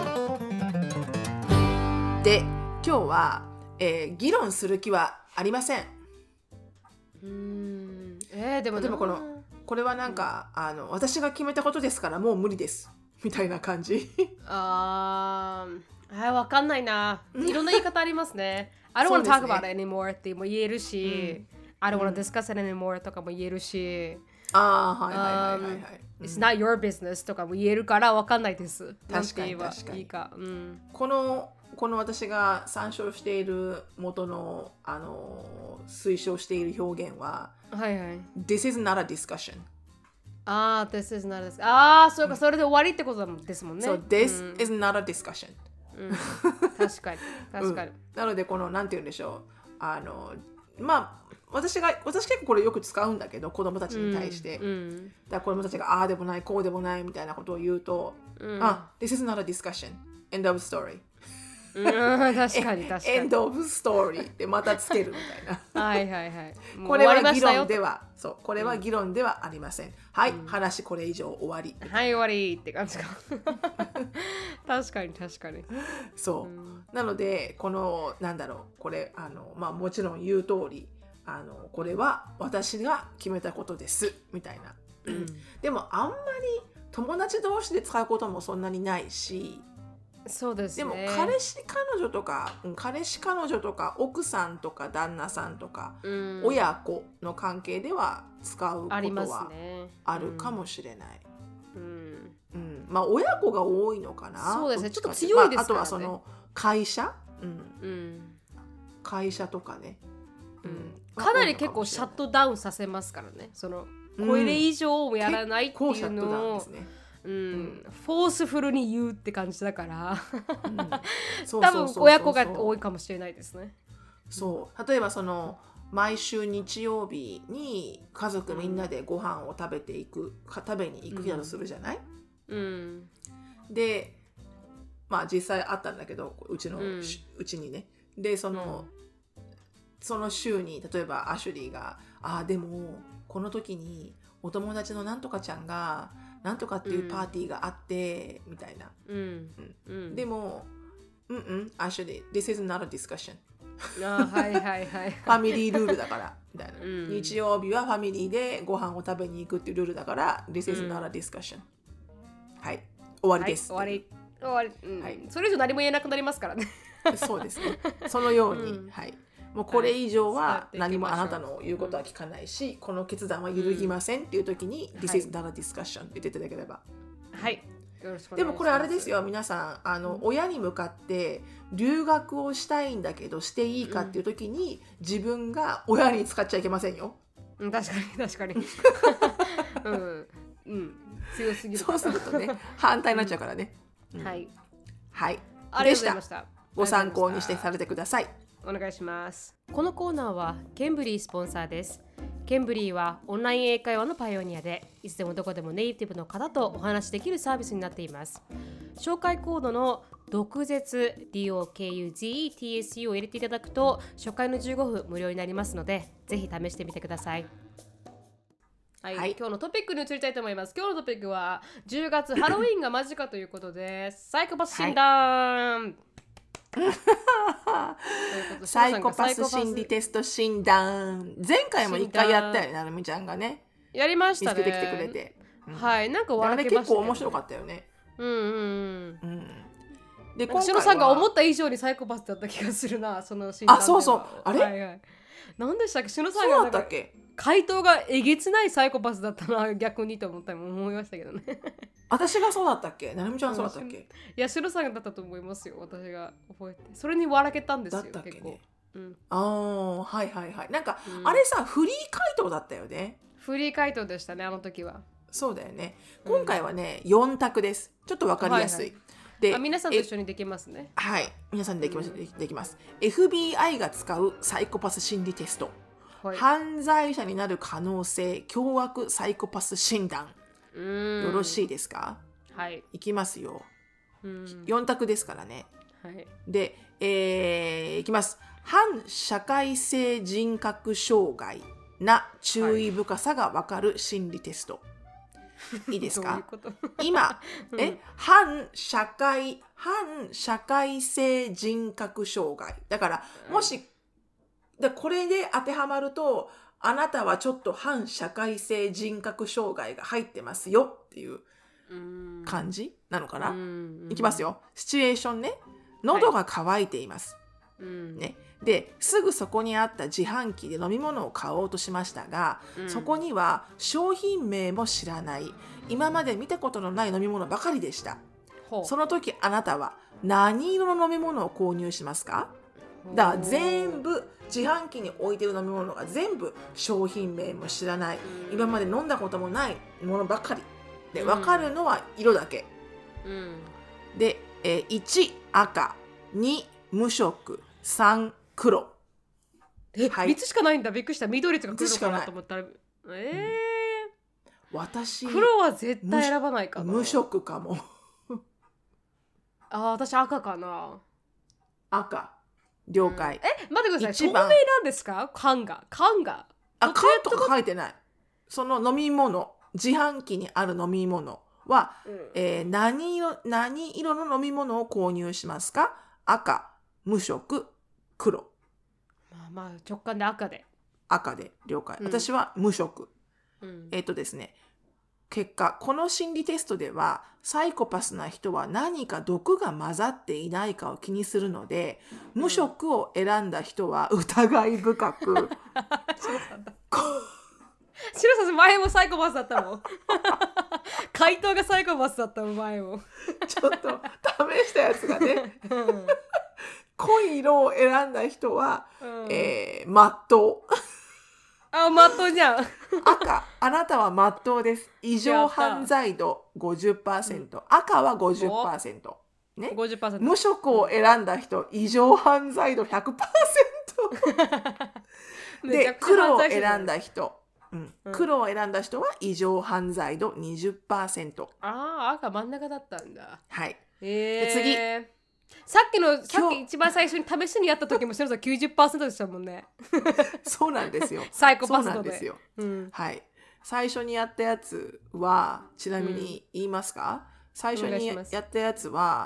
で、今日は、えー、議論する気はありません。 うーん、えー、でもでもこのこれはなんか、うん、あの私が決めたことですからもう無理ですみたいな感じあー、わかんないな。いろんな言い方ありますね。I don't want to talk about it anymore っても言えるし、うん、I don't want to discuss it anymore とかも言えるし、 あー、はいはいはいはい、はい、 um, It's not your business とかも言えるからわかんないです。 確かに確かにいいか、うん、 このこの私が参照している元のあの推奨している表現は、 はいはい、 This is not a discussion。 ああ、This is not a discussion。ああ、そうか、それで終わりってことですもんね。 そう、This、うん、is not a discussion。 うん、確かに、確かに、うん。 なので、この、なんて言うんでしょう。あの、まあ、私が、私結構これよく使うんだけど、子供たちに対して。うんうん、だから子供たちが、ああでもない、こうでもないみたいなことを言うと、うん、あ、This is not a discussion。End of story。 うん、確かに確かに。 End of story ってまたつけるみたいな。 はいはいはい。 これは議論では、そう、これは議論ではありません。うん、はい、うん、話これ以上終わり。 はい、終わりって感じか。確かに確かに。 そう。うん、なので、この、なんだろう、これ、あの、まあもちろん言う通り、あの、これは私が決めたことです、みたいな。うん、でも、あんまり友達同士で使うこともそんなにないし、 そうですね、 でも彼氏彼女とか彼氏彼女とか奥さんとか旦那さんとか、うん、親子の関係では使うことはあるかもしれない、うんうん、まあ親子が多いのかな。 そうですね、ちょっと強いですからね、まあ、 あとはその会社、うんうん、会社とかね、 うん、かなり結構シャットダウンさせますからね。そのこれ以上やらないっていうのを、うんうん、フォースフルに言うって感じだから、うん、多分親子が多いかもしれないですね。 そう例えばその毎週日曜日に家族みんなでご飯を食べていく、うん、食べに行くだとするじゃない、うん、でまあ実際あったんだけどうちの、うん、うちにね。でその、うん、その週に例えばアシュリーがあでもこの時にお友達のなんとかちゃんがなんとかっていうパーティーがあって、うん、みたいな、うんうん、でもうんうん actually this is not a discussion あはいはいはいファミリールールだからみたいな、 うん、 日曜日はファミリーでご飯を食べに行くっていうルールだから This is not a discussion、うん、はい終わりです、 はい、終わり終わり、うんはい、 それ以上何も言えなくなりますからねそうですねそのように、うん、はいもうこれ以上は何もあなたの言うことは聞かないし、うん、この決断は揺るぎませんっていう時に、うん、This is not a discussion って言っていただければはいよろしくお願いします。 でもこれあれですよ皆さんあの、うん、親に向かって留学をしたいんだけどしていいかっていう時に、うん、自分が親に使っちゃいけませんよ、 うん、確かに確かにうん、うん、強すぎるそうするとね反対になっちゃうからね、 うんうん、はいはいありがとうございましたご参考にしてされてください。 お願いします。このコーナーはケンブリースポンサーです。ケンブリーはオンライン英会話のパイオニアでいつでもどこでもネイティブの方とお話しできるサービスになっています。紹介コードの毒舌 ディーオーケーユーゼットティーエスユー を入れていただくと初回のじゅうごふん無料になりますのでぜひ試してみてください。はいはい、今日のトピックに移りたいと思います。今日のトピックはじゅうがつハロウィンが間近ということでサイコパス診断、はいサイコパス心理テスト診断前回も一回やったよねなるみちゃんがねやりましたね見つけてきてくれて、 うん、はいなんか笑けました、ね、 あれ結構面白かったよねうんうんうん、 うん、で今回はシロさんが思った以上にサイコパスだった気がするなその診断ではあそうそうあれ、 はいはい、何でしたっけシロさんがなんか回答がえげつないサイコパスだったな逆にと思ったりも思いましたけどね私がそうだったっけなるみちゃんそうだったっけいやシロさんだったと思いますよ私が覚えてそれに笑けたんですよだったっけ、ね、 結構、うん、 ああはいはいはいなんか、うん、あれさフリー回答だったよねフリー回答でしたねあの時はそうだよね今回はね、うん、よん択ですちょっとわかりやすい、はいはいであ皆さんと一緒にできますねはい皆さんでできます、うん、できます エフビーアイ が使うサイコパス心理テスト、はい、犯罪者になる可能性凶悪サイコパス診断うんよろしいですかはいいきますようんよん択ですからねはいで、えー、いきます反社会性人格障害な注意深さがわかる心理テスト、はいいいですかどういうこと今、うん、え反社会反社会性人格障害だからもし、うん、でこれで当てはまるとあなたはちょっと反社会性人格障害が入ってますよっていう感じなのかな、うん、いきますよシチュエーションね喉が渇いています、はいね、ですぐそこにあった自販機で飲み物を買おうとしましたが、うん、そこには商品名も知らない今まで見たことのない飲み物ばかりでした。その時あなたは何色の飲み物を購入しますか？だから全部自販機に置いてる飲み物が全部商品名も知らない、うん、今まで飲んだこともないものばかりで分かるのは色だけ、うん、で、えー、いち赤に無色さん黒え、はい、みっつしかないんだびっくりした緑とか黒かなと思ったらえー、 うん、私黒は絶対選ばないかな無色かもあ私赤かな赤了解、うん、 え待ってください透明なんですか缶が缶があ缶とか書いてないその飲み物自販機にある飲み物は、うんえー、何色何色の飲み物を購入しますか赤無色黒まあまあ直感で赤で赤で了解、うん、私は無色、うん、えっとですね結果この心理テストではサイコパスな人は何か毒が混ざっていないかを気にするので、うん、無色を選んだ人は疑い深く白さん前もサイコパスだったもん回答がサイコパスだったもん前もちょっと試したやつがね、うん濃い色を選んだ人は、うんえー、まっとうあ、まっとうじゃん赤、あなたはまっとうです異常犯罪度 ごじゅっパーセント、うん、赤は ごじゅっパーセント、ね、 ごじゅっパーセント無色を選んだ人異常犯罪度 ひゃくパーセント で黒を選んだ人、うんうん、黒を選んだ人は異常犯罪度 にじゅっパーセントああ赤真ん中だったんだはい、 えー、 で次さっきのさっき一番最初に試しにやった時もしのさん きゅうじゅっパーセント でしたもんねそうなんですよサイコパス度でそうなんですよ、うん、はい最初にやったやつはちなみに言いますか、うん、最初にやったやつは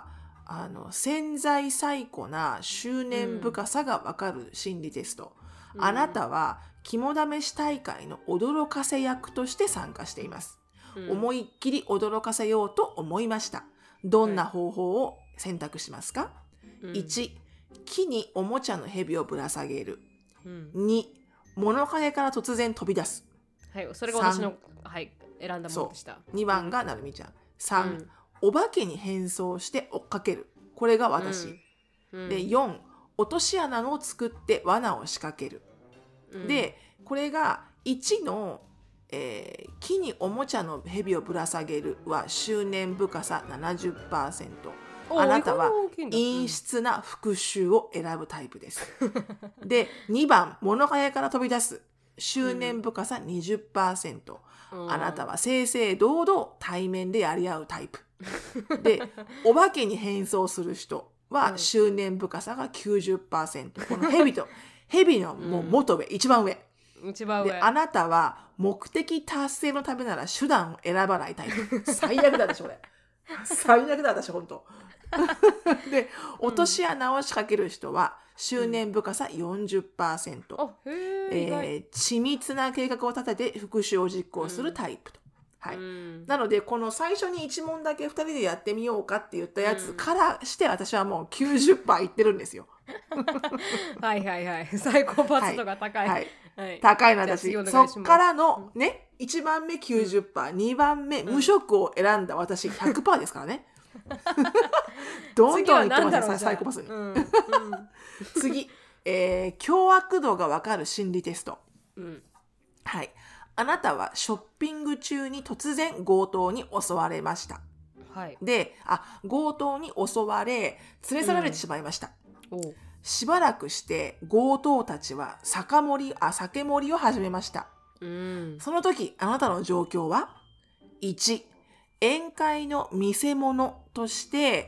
あの潜在最古な執念深さがわかる心理テスト、うん、あなたは肝試し大会の驚かせ役として参加しています、うん、思いっきり驚かせようと思いました。どんな方法を選択しますか？うん、いち木におもちゃの蛇をぶら下げる、うん、に物陰から突然飛び出す、 はい、それが私の、はい、選んだものでした。 にばんがなるみちゃん、さん、うん、お化けに変装して追っかける、これが私、うんうん、でよん落とし穴を作って罠を仕掛ける、うん、でこれがいちの、えー、木におもちゃの蛇をぶら下げるは執念深さ ななじゅっパーセント、 あなたは陰湿な復讐を選ぶタイプです、うん、でにばん物陰から飛び出す執念深さ にじゅっパーセント、うん、あなたは正々堂々対面でやり合うタイプでお化けに変装する人は執念深さが きゅうじゅっパーセント、この蛇と蛇のもう元上、うん、一番上一番上で、あなたは目的達成のためなら手段を選ばないタイプ。最悪だでしょこれ最悪だ私本当で落とし穴を仕掛ける人は執念深さ よんじゅっパーセント、うん、えー、緻密な計画を立てて復讐を実行するタイプと、うん、はい、うん、なのでこの最初にいち問だけふたりでやってみようかって言ったやつからして私はもう きゅうじゅっパーセント いってるんですよはいはいはい、サイコパス度が高い、 はいはいはい、高いな私。そっからのね、いちばんめ きゅうじゅっパーセント、うん、にばんめ無職を選んだ私 ひゃくパーセント ですからねどんどんいってますねサイコパスに、うんうん、次、えー、凶悪度がわかる心理テスト、うん、はい、あなたはショッピング中に突然強盗に襲われました、はい、であ強盗に襲われ連れ去られてしまいました、うん、しばらくして強盗たちは酒盛りあ酒盛りを始めました、うん、その時あなたの状況はいち宴会の見せ物として、え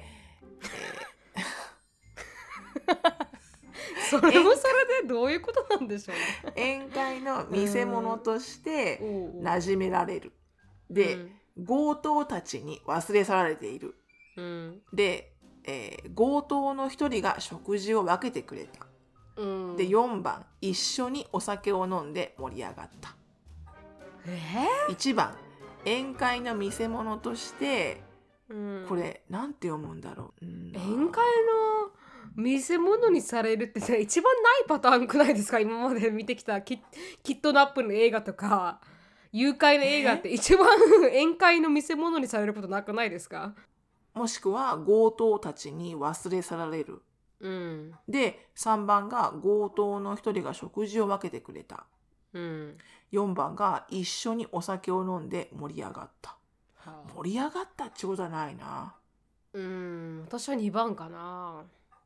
ー、それもそれでどういうことなんでしょうね宴会の見せ物として馴染められる、で、うん、強盗たちに忘れ去られている、うん、で、えー、強盗の一人が食事を分けてくれた、うん、でよんばん一緒にお酒を飲んで盛り上がった、えー、いちばん宴会の見せ物として、うん、これなんて読むんだろう、うん、 宴会の見せ物にされるって一番ないパターンくないですか？今まで見てきたキッ、キッドナップの映画とか誘拐の映画って一番宴会の見せ物にされることなくないですか？ もしくは強盗たちに忘れ去られる、うん、でさんばんが強盗の一人が食事を分けてくれた、うん、よんばんが一緒にお酒を飲んで盛り上がった、はあ、盛り上がったってことはないな。 うーん私はにばんかな。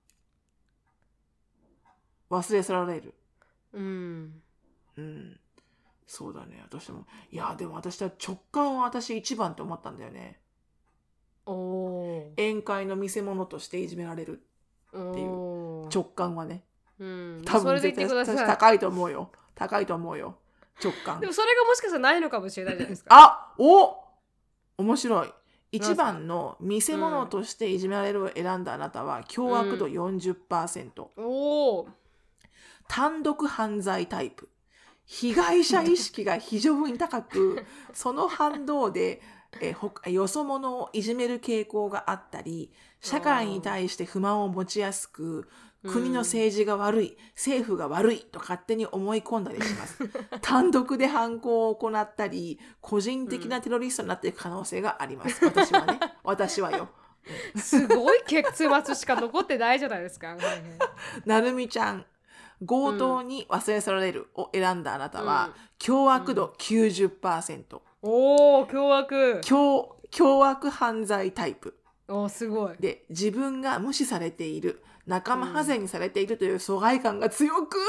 忘れ去られる、うんうん、そうだね。私もいやでも私は直感は私いちばんって思ったんだよね。お宴会の見せ物としていじめられるっていう直感はね、うん、多分絶対高いと思うよ高いと思うよ直感。 でもそれがもしかしたらないのかもしれないじゃないですか。 あお面白い。いちばんの見せ物としていじめられるを選んだあなたは凶悪度 よんじゅっパーセント、うん、お単独犯罪タイプ。被害者意識が非常に高くその反動でえよそ者をいじめる傾向があったり、社会に対して不満を持ちやすく、国の政治が悪い、うん、政府が悪いと勝手に思い込んだりします単独で犯行を行ったり個人的なテロリストになっていく可能性があります、うん、私はね私はよすごい結末しか残ってないじゃないですか、はいはい、 なるみちゃん強盗に忘れ去られるを選んだあなたは、うん、凶悪度 きゅうじゅっパーセント、 うん、おー凶悪凶, 凶悪犯罪タイプ。 おすごい。 で自分が無視されている仲間外れにされているという疎外感が強く、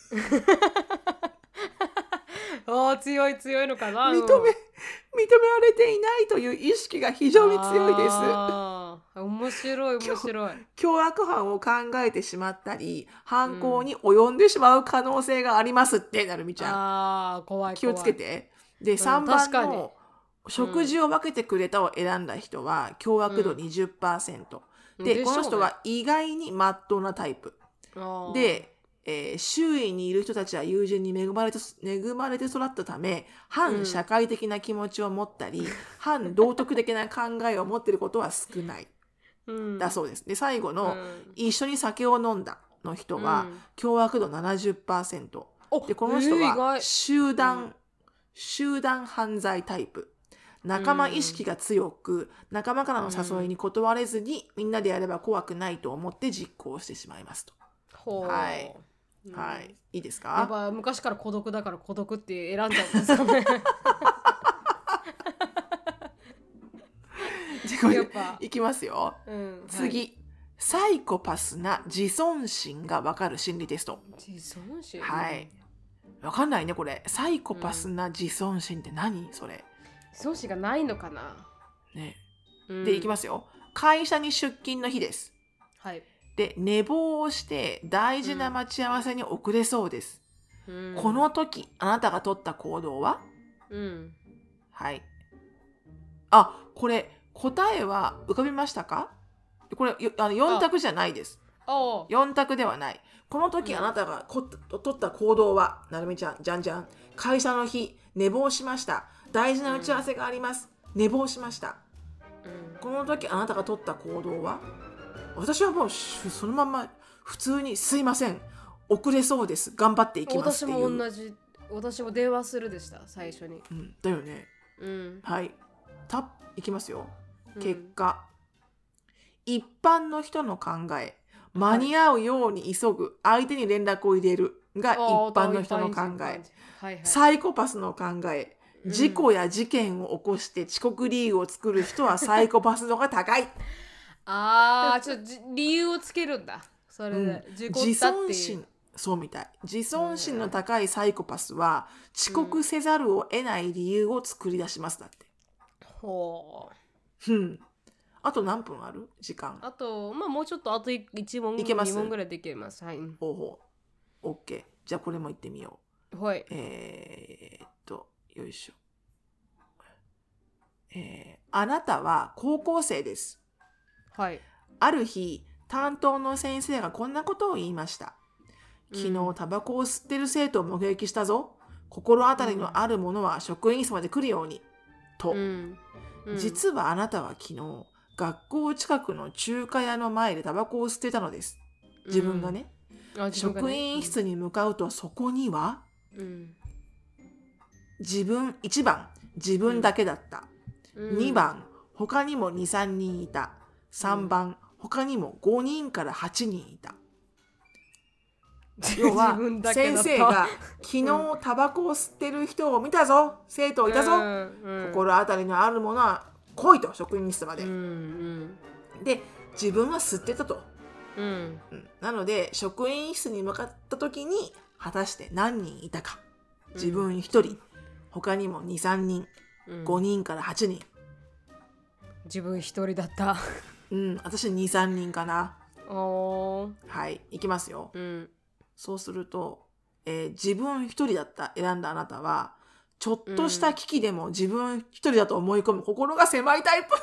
うん、お強い強いのかな。 認め認められていないという意識が非常に強いです。あ面白い面白い。 凶悪犯を考えてしまったり犯行に及んでしまう可能性がありますって、うん、なるみちゃん。 あ怖い怖い。 気をつけて。で、うん、さんばんの食事を分けてくれたを選んだ人は凶悪度 にじゅっパーセント、うん、 でこの人は意外にまっとうなタイプで、えー、周囲にいる人たちは友人に恵まれて恵まれて育ったため反社会的な気持ちを持ったり、うん、反道徳的な考えを持っていることは少ない、うん、だそうです。で最後の、うん、一緒に酒を飲んだの人は、うん、凶悪度 ななじゅっパーセント でこの人は集団、うん、集団犯罪タイプ、仲間意識が強く、うん、仲間からの誘いに断れずに、うん、みんなでやれば怖くないと思って実行してしまいますと。はい、うん、はい、いいですか。 やっぱ昔から孤独だから孤独って選んじゃうんですかねじゃこれいきますよ、うん、次、はい、サイコパスな自尊心が分かる心理テスト。 自尊心、 はい、分かんないねこれ。サイコパスな自尊心って何、それ。 自尊心がないのかなね、うん、でいきますよ。会社に出勤の日です。 はい。 で寝坊をして大事な待ち合わせに遅れそうです、うん、この時あなたが取った行動は、うん、はい。あ、これ答えは浮かびましたか。これあのよん択じゃないです。よん択ではない。この時あなたがこ、うん、取った行動は、なるみちゃんじゃんじゃん。会社の日寝坊しました。大事な打ち合わせがあります、うん、寝坊しました、うん、この時あなたが取った行動は。私はもうそのまま普通にすいません遅れそうです頑張っていきますっていう。 私も同じ。私も電話するでした最初に、 うん、だよね、うん、はいたいきますよ。結果、うん、一般の人の考え間に合うように急ぐ、はい、相手に連絡を入れるが一般の人の考え、はいはい、サイコパスの考え、事故や事件を起こして遅刻理由を作る人はサイコパス度が高いあーちょっと理由をつけるんだそれで、うん、事故ったっていう。自尊心、 そうみたい。自尊心の高いサイコパスは遅刻せざるを得ない理由を作り出しますだって、 うん、ほう、うん、あと何分ある時間。 あとまあもうちょっとあといち問いけますに問ぐらいできます。はい。 ほうほう OK。 じゃあこれも言ってみよう。はい。 えー、っとよいしょ、えー、あなたは高校生です。 はい。 ある日担当の先生がこんなことを言いました。昨日タバコを吸ってる生徒を目撃したぞ。心当たりのあるものは職員室まで来るように、と、うんうん、実はあなたは昨日学校近くの中華屋の前でタバコを吸ってたのです。自分がね、うん、あ自分がね、職員室に向かうとそこには、うん、自分いちばん自分だけだった、うん、にばん他にも にさんにんいた、さんばん、うん、他にもごにんからはちにんいた。要は先生が昨日タバコを吸ってる人を見たぞ、生徒いたぞ、うんうん、心当たりのあるものは来いと、職員室まで、うんうん、で自分は吸ってたと、うんうん、なので職員室に向かった時に果たして何人いたか。自分ひとり、うん、他にも にさんにん、うん、ごにんからはちにん。 自分ひとりだった。 うん、私 にさんにんかな。おはい、いきますよ、うん、そうすると、えー、自分一人だった選んだあなたはちょっとした危機でも自分一人だと思い込む心が狭いタイプ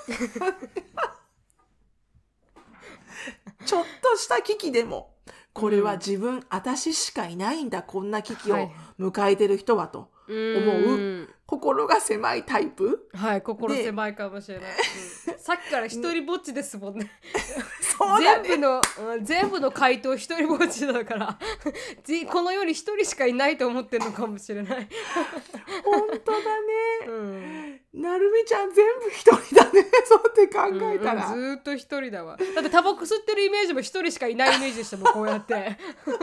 ちょっとした危機でもこれは自分、うん、私しかいないんだ、こんな危機を迎えてる人はと思う、はい、心が狭いタイプ。 はい、心狭いかもしれない、うん、さっきから一人ぼっちですもんねそうだね、 全部の、うん、全部の回答一人ぼっちだからこの世に一人しかいないと思ってるのかもしれない本当だね、うん、なるみちゃん全部一人だねそうって考えたら、 うんうん、ずっと一人だわ。だってタバコ吸ってるイメージも一人しかいないイメージでしたもんこうやって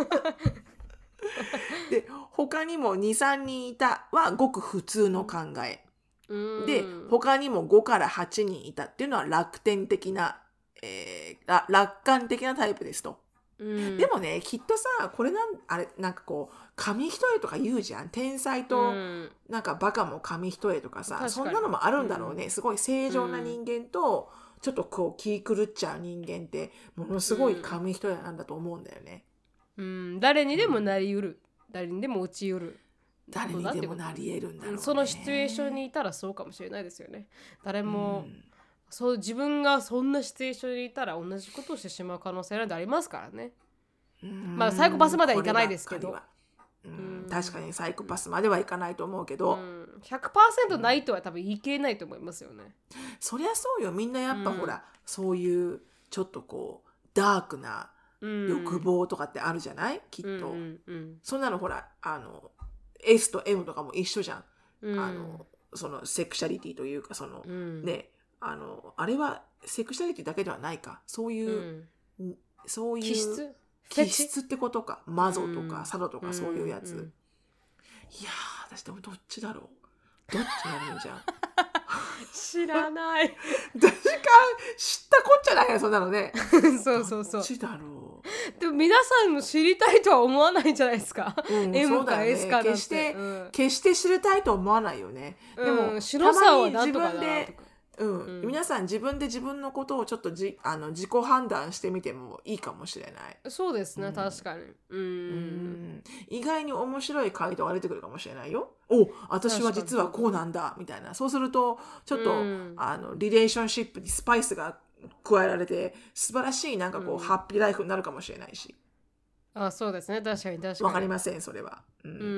で他にも にさんにんいたはごく普通の考え、うん、で他にもごからはちにんいたっていうのは楽天的な、えー、楽観的なタイプですと、うん、でもねきっとさこれなんあれなんかこう紙一重とか言うじゃん、天才となんかバカも紙一重とかさ、うん、そんなのもあるんだろうね、うん、すごい正常な人間とちょっとこう気狂っちゃう人間ってものすごい紙一重なんだと思うんだよね、 うん、誰にでもなりうる、誰にでも落ちうる、 誰にでもなり得るんだろうね。 そのシチュエーションにいたらそうかもしれないですよね。誰も、うん、 そう自分がそんなシチュエーションにいたら同じことをしてしまう可能性なんてありますからね。まあサイコパスまではいかないですけど、 うん、確かにサイコパスまではいかないと思うけど、うん、 ひゃくパーセント ないとは多分言い切れないと思いますよね、うん、 そりゃそうよ。みんなやっぱほら、うん、そういうちょっとこうダークな欲望とかってあるじゃない、うん、きっと、うんうんうん、そんなのほらあの S と M とかも一緒じゃん、うん、あのそのセクシャリティというかその、うん、ねあのあれはセクシャリティだけではないか、そういう、うん、そういう気質気質ってことか、マゾとかサドとかそういうやつ、うんうん、いやー私でもどっちだろう、どっちなのじゃん知らない私か知ったこっちゃないよそんなのねそうそうそう、 どっちだろう。でも皆さんも知りたいとは思わないんじゃないですか、うん、M か S かなんて、 決して、うん、決して知りたいと思わないよね、うん、でも白さはなんとかだなとか、 うんうん、皆さん自分で自分のことをちょっとじあの自己判断してみてもいいかもしれない。 そうですね、うん、確かに、うん、 うん、意外に面白い回答が出てくるかもしれないよ。お、私は実はこうなんだみたいな。そうするとちょっと、うん、あのリレーションシップにスパイスが加えられて素晴らしいなんかこう、うん、ハッピーライフになるかもしれないし。 あ、そうですね、確かに確かに。 わかりませんそれは。 うん、うん、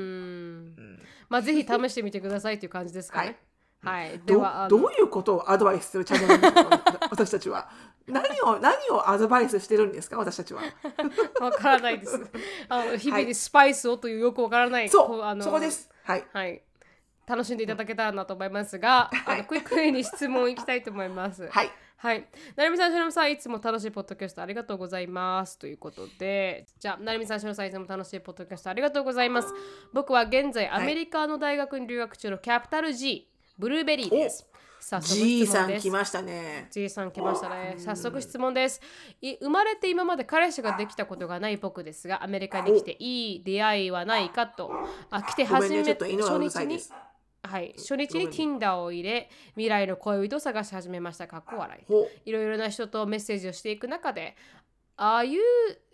まあぜひ試してみてくださいという感じですかね。はい、 では ど, どういうことをアドバイスするチャンネルなのか私たちは何を何をアドバイスしてるんですか私たちは。 わからないです。あの日々にスパイスをというよくわからない、はい、 そうあのそこです、はいはい、楽しんでいただけたらなと思いますが、あのクイックに質問いきたいと思います。 はいはい、なるみさん、しのぶさん、いつも楽しいポッドキャストありがとうございますということで、じゃあなるみさん、しのぶさん、いつも楽しいポッドキャストありがとうございます。僕は現在アメリカの大学に留学中のキャピタル G、ブルーベリーです。早速質問です。 G さん来ましたね。 G さん来ましたね。早速質問です。生まれて今まで彼氏ができたことがない僕ですが、アメリカに来ていい出会いはないかと、あ来て初めて初日にはい、初日に Tinder を入れ、未来の恋人を探し始めました。かっこ笑い。いろいろな人とメッセージをしていく中で Are you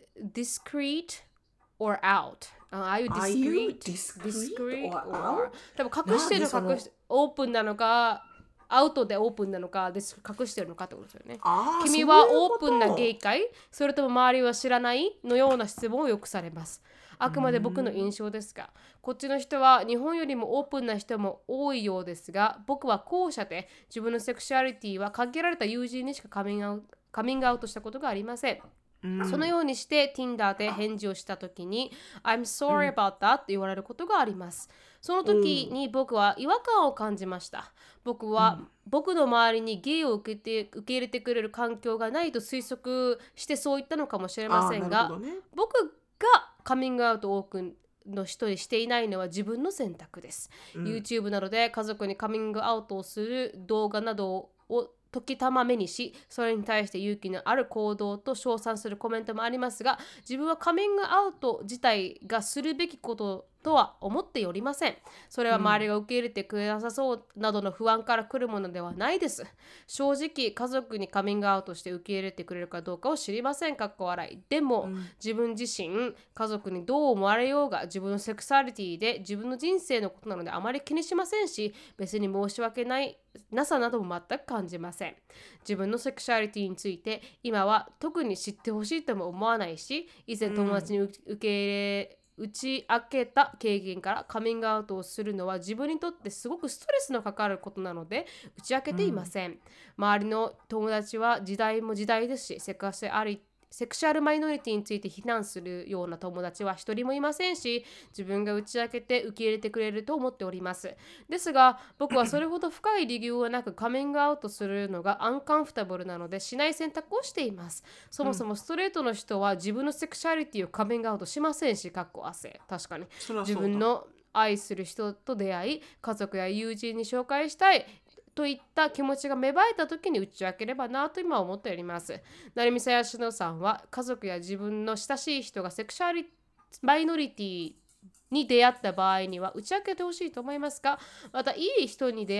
discreet or out?Are you discreet? discreet or out? 多分隠してるの隠してオープンなのかアウトでオープンなのかで隠してるのかってことですよね。君はオープンなゲイ会それとも周りは知らないのような質問をよくされます。あくまで僕の印象ですが、こっちの人は日本よりもオープンな人も多いようですが、僕は後者で自分のセクシュアリティは限られた友人にしかカミングアウト、カミングアウトしたことがありません。うん、そのようにして Tinder で返事をしたときに I'm sorry about that って言われることがあります。その時に僕は違和感を感じました。僕は、うん、僕の周りにゲイを受けて、受け入れてくれる環境がないと推測してそう言ったのかもしれませんが、ね、僕がカミングアウトを多くの人にしていないのは自分の選択です、うん、YouTube などで家族にカミングアウトをする動画などを時たま目にし、それに対して勇気のある行動と称賛するコメントもありますが、自分はカミングアウト自体がするべきこととは思っておりません。それは周りが受け入れてくれなさそうなどの不安から来るものではないです。正直家族にカミングアウトして受け入れてくれるかどうかを知りません。かっこ笑い。でも、うん、自分自身家族にどう思われようが自分のセクシャリティで自分の人生のことなのであまり気にしませんし、別に申し訳ないなさなども全く感じません。自分のセクシャリティについて今は特に知ってほしいとも思わないし、以前友達に受け入れ打ち明けた経験からカミングアウトをするのは自分にとってすごくストレスのかかることなので打ち明けていません、うん、周りの友達は時代も時代ですし、セクシャリセクシャルマイノリティについて非難するような友達は一人もいませんし、自分が打ち明けて受け入れてくれると思っております。ですが僕はそれほど深い理由はなくカミングアウトするのがアンカンフタブルなのでしない選択をしています。そもそもストレートの人は自分のセクシャリティをカミングアウトしませんし、かっこ汗。確かに自分の愛する人と出会い、家族や友人に紹介したいといった気持ちが芽生えた時に打ち明ければなと今思っております。なるみさやしのさんは家族や自分の親しい人がセクシャリマイノリティに出会った場合には打ち明けてほしいと思いますか？またいい人に出会っ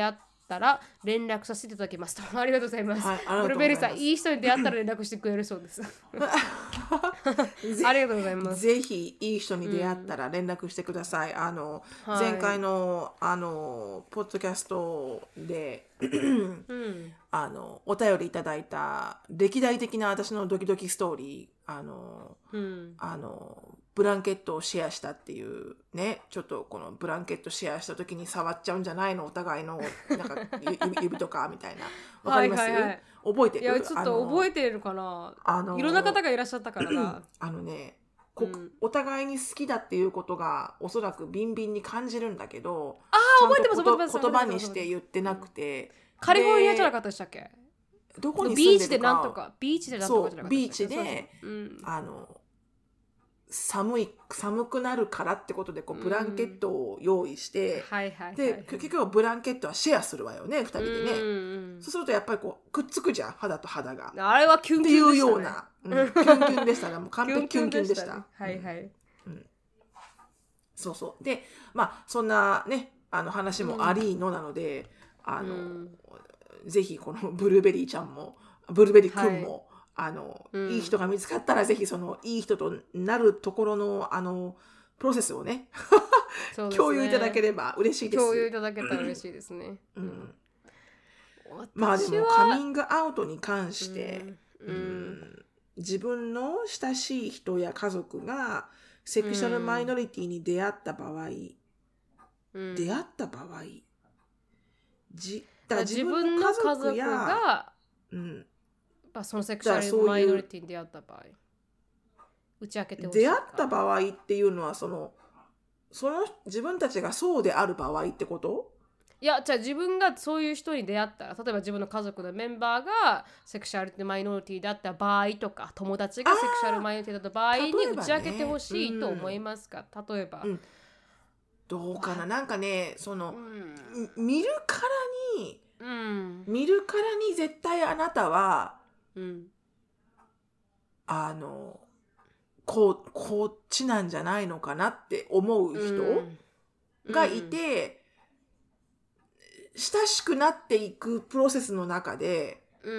たら連絡させていただきますと。ありがとうございます。 はい、ありがとうございます。 ブルーベリーさん、いい人に出会ったら連絡してくれるそうです。ありがとうございます。 ぜひいい人に出会ったら連絡してください。うん、あの、はい、前回のあのポッドキャストで、うん、あのお便りいただいた歴代的な私のドキドキストーリー、あの、うん、あのブランケットをシェアしたっていうね、ちょっとこのブランケットシェアした時に触っちゃうんじゃないのお互いのなんか指とかみたいな、わかります？はいはいはい、 覚えてる？いやちょっと覚えてるかな。あのいろんな方がいらっしゃったからな。 あのね、こ、うん、お互いに好きだっていうことがおそらくビンビンに感じるんだけど、 ああ覚えてます覚えてます。 言葉にして言ってなくて、うん、 カリフォルニアじゃなかったでしたっけ？ どこに住んでるか、 ビーチでなんとかビーチでなんとかじゃなかったビーチで、うん、あの寒い寒くなるからってことでこうブランケットを用意して、うんはいはいはいはい、で結局ブランケットはシェアするわよねふたりでね、うんうん、そうするとやっぱりこうくっつくじゃん肌と肌が。 あれはキュンキュンでしたね。っていうような、うん、キュンキュンでしたね。もう完璧キュンキュンでした。 はいはい、 うん、そうそうでまあそんなねあの話もありのなので、うん、あの、うん、ぜひこのブルーベリーちゃんもブルーベリーくんも、はいあの、うん、いい人が見つかったらぜひそのいい人となるところのあのプロセスを ね, ね共有いただければ嬉しいです。 共有いただけたら嬉しいですね、うん、 まあでもカミングアウトに関して、うんうん、自分の親しい人や家族がセクシャルマイノリティに出会った場合、うん、出会った場合じだ自分の家族やが、うんそのセクシャルマイノリティに出会った場合打ち明けてほしい。 出会った場合っていうのはそのその自分たちがそうである場合ってこと？ いやじゃあ自分がそういう人に出会ったら、例えば自分の家族のメンバーがセクシャルマイノリティだった場合とか、友達がセクシャルマイノリティだった場合に打ち明けてほしいと思いますか？例えば、うん、 どうかな、なんかねその、うん、見るからに、うん、見るからに絶対あなたはうん、あのこうこっちなんじゃないのかなって思う人がいて、うん、親しくなっていくプロセスの中で、うん、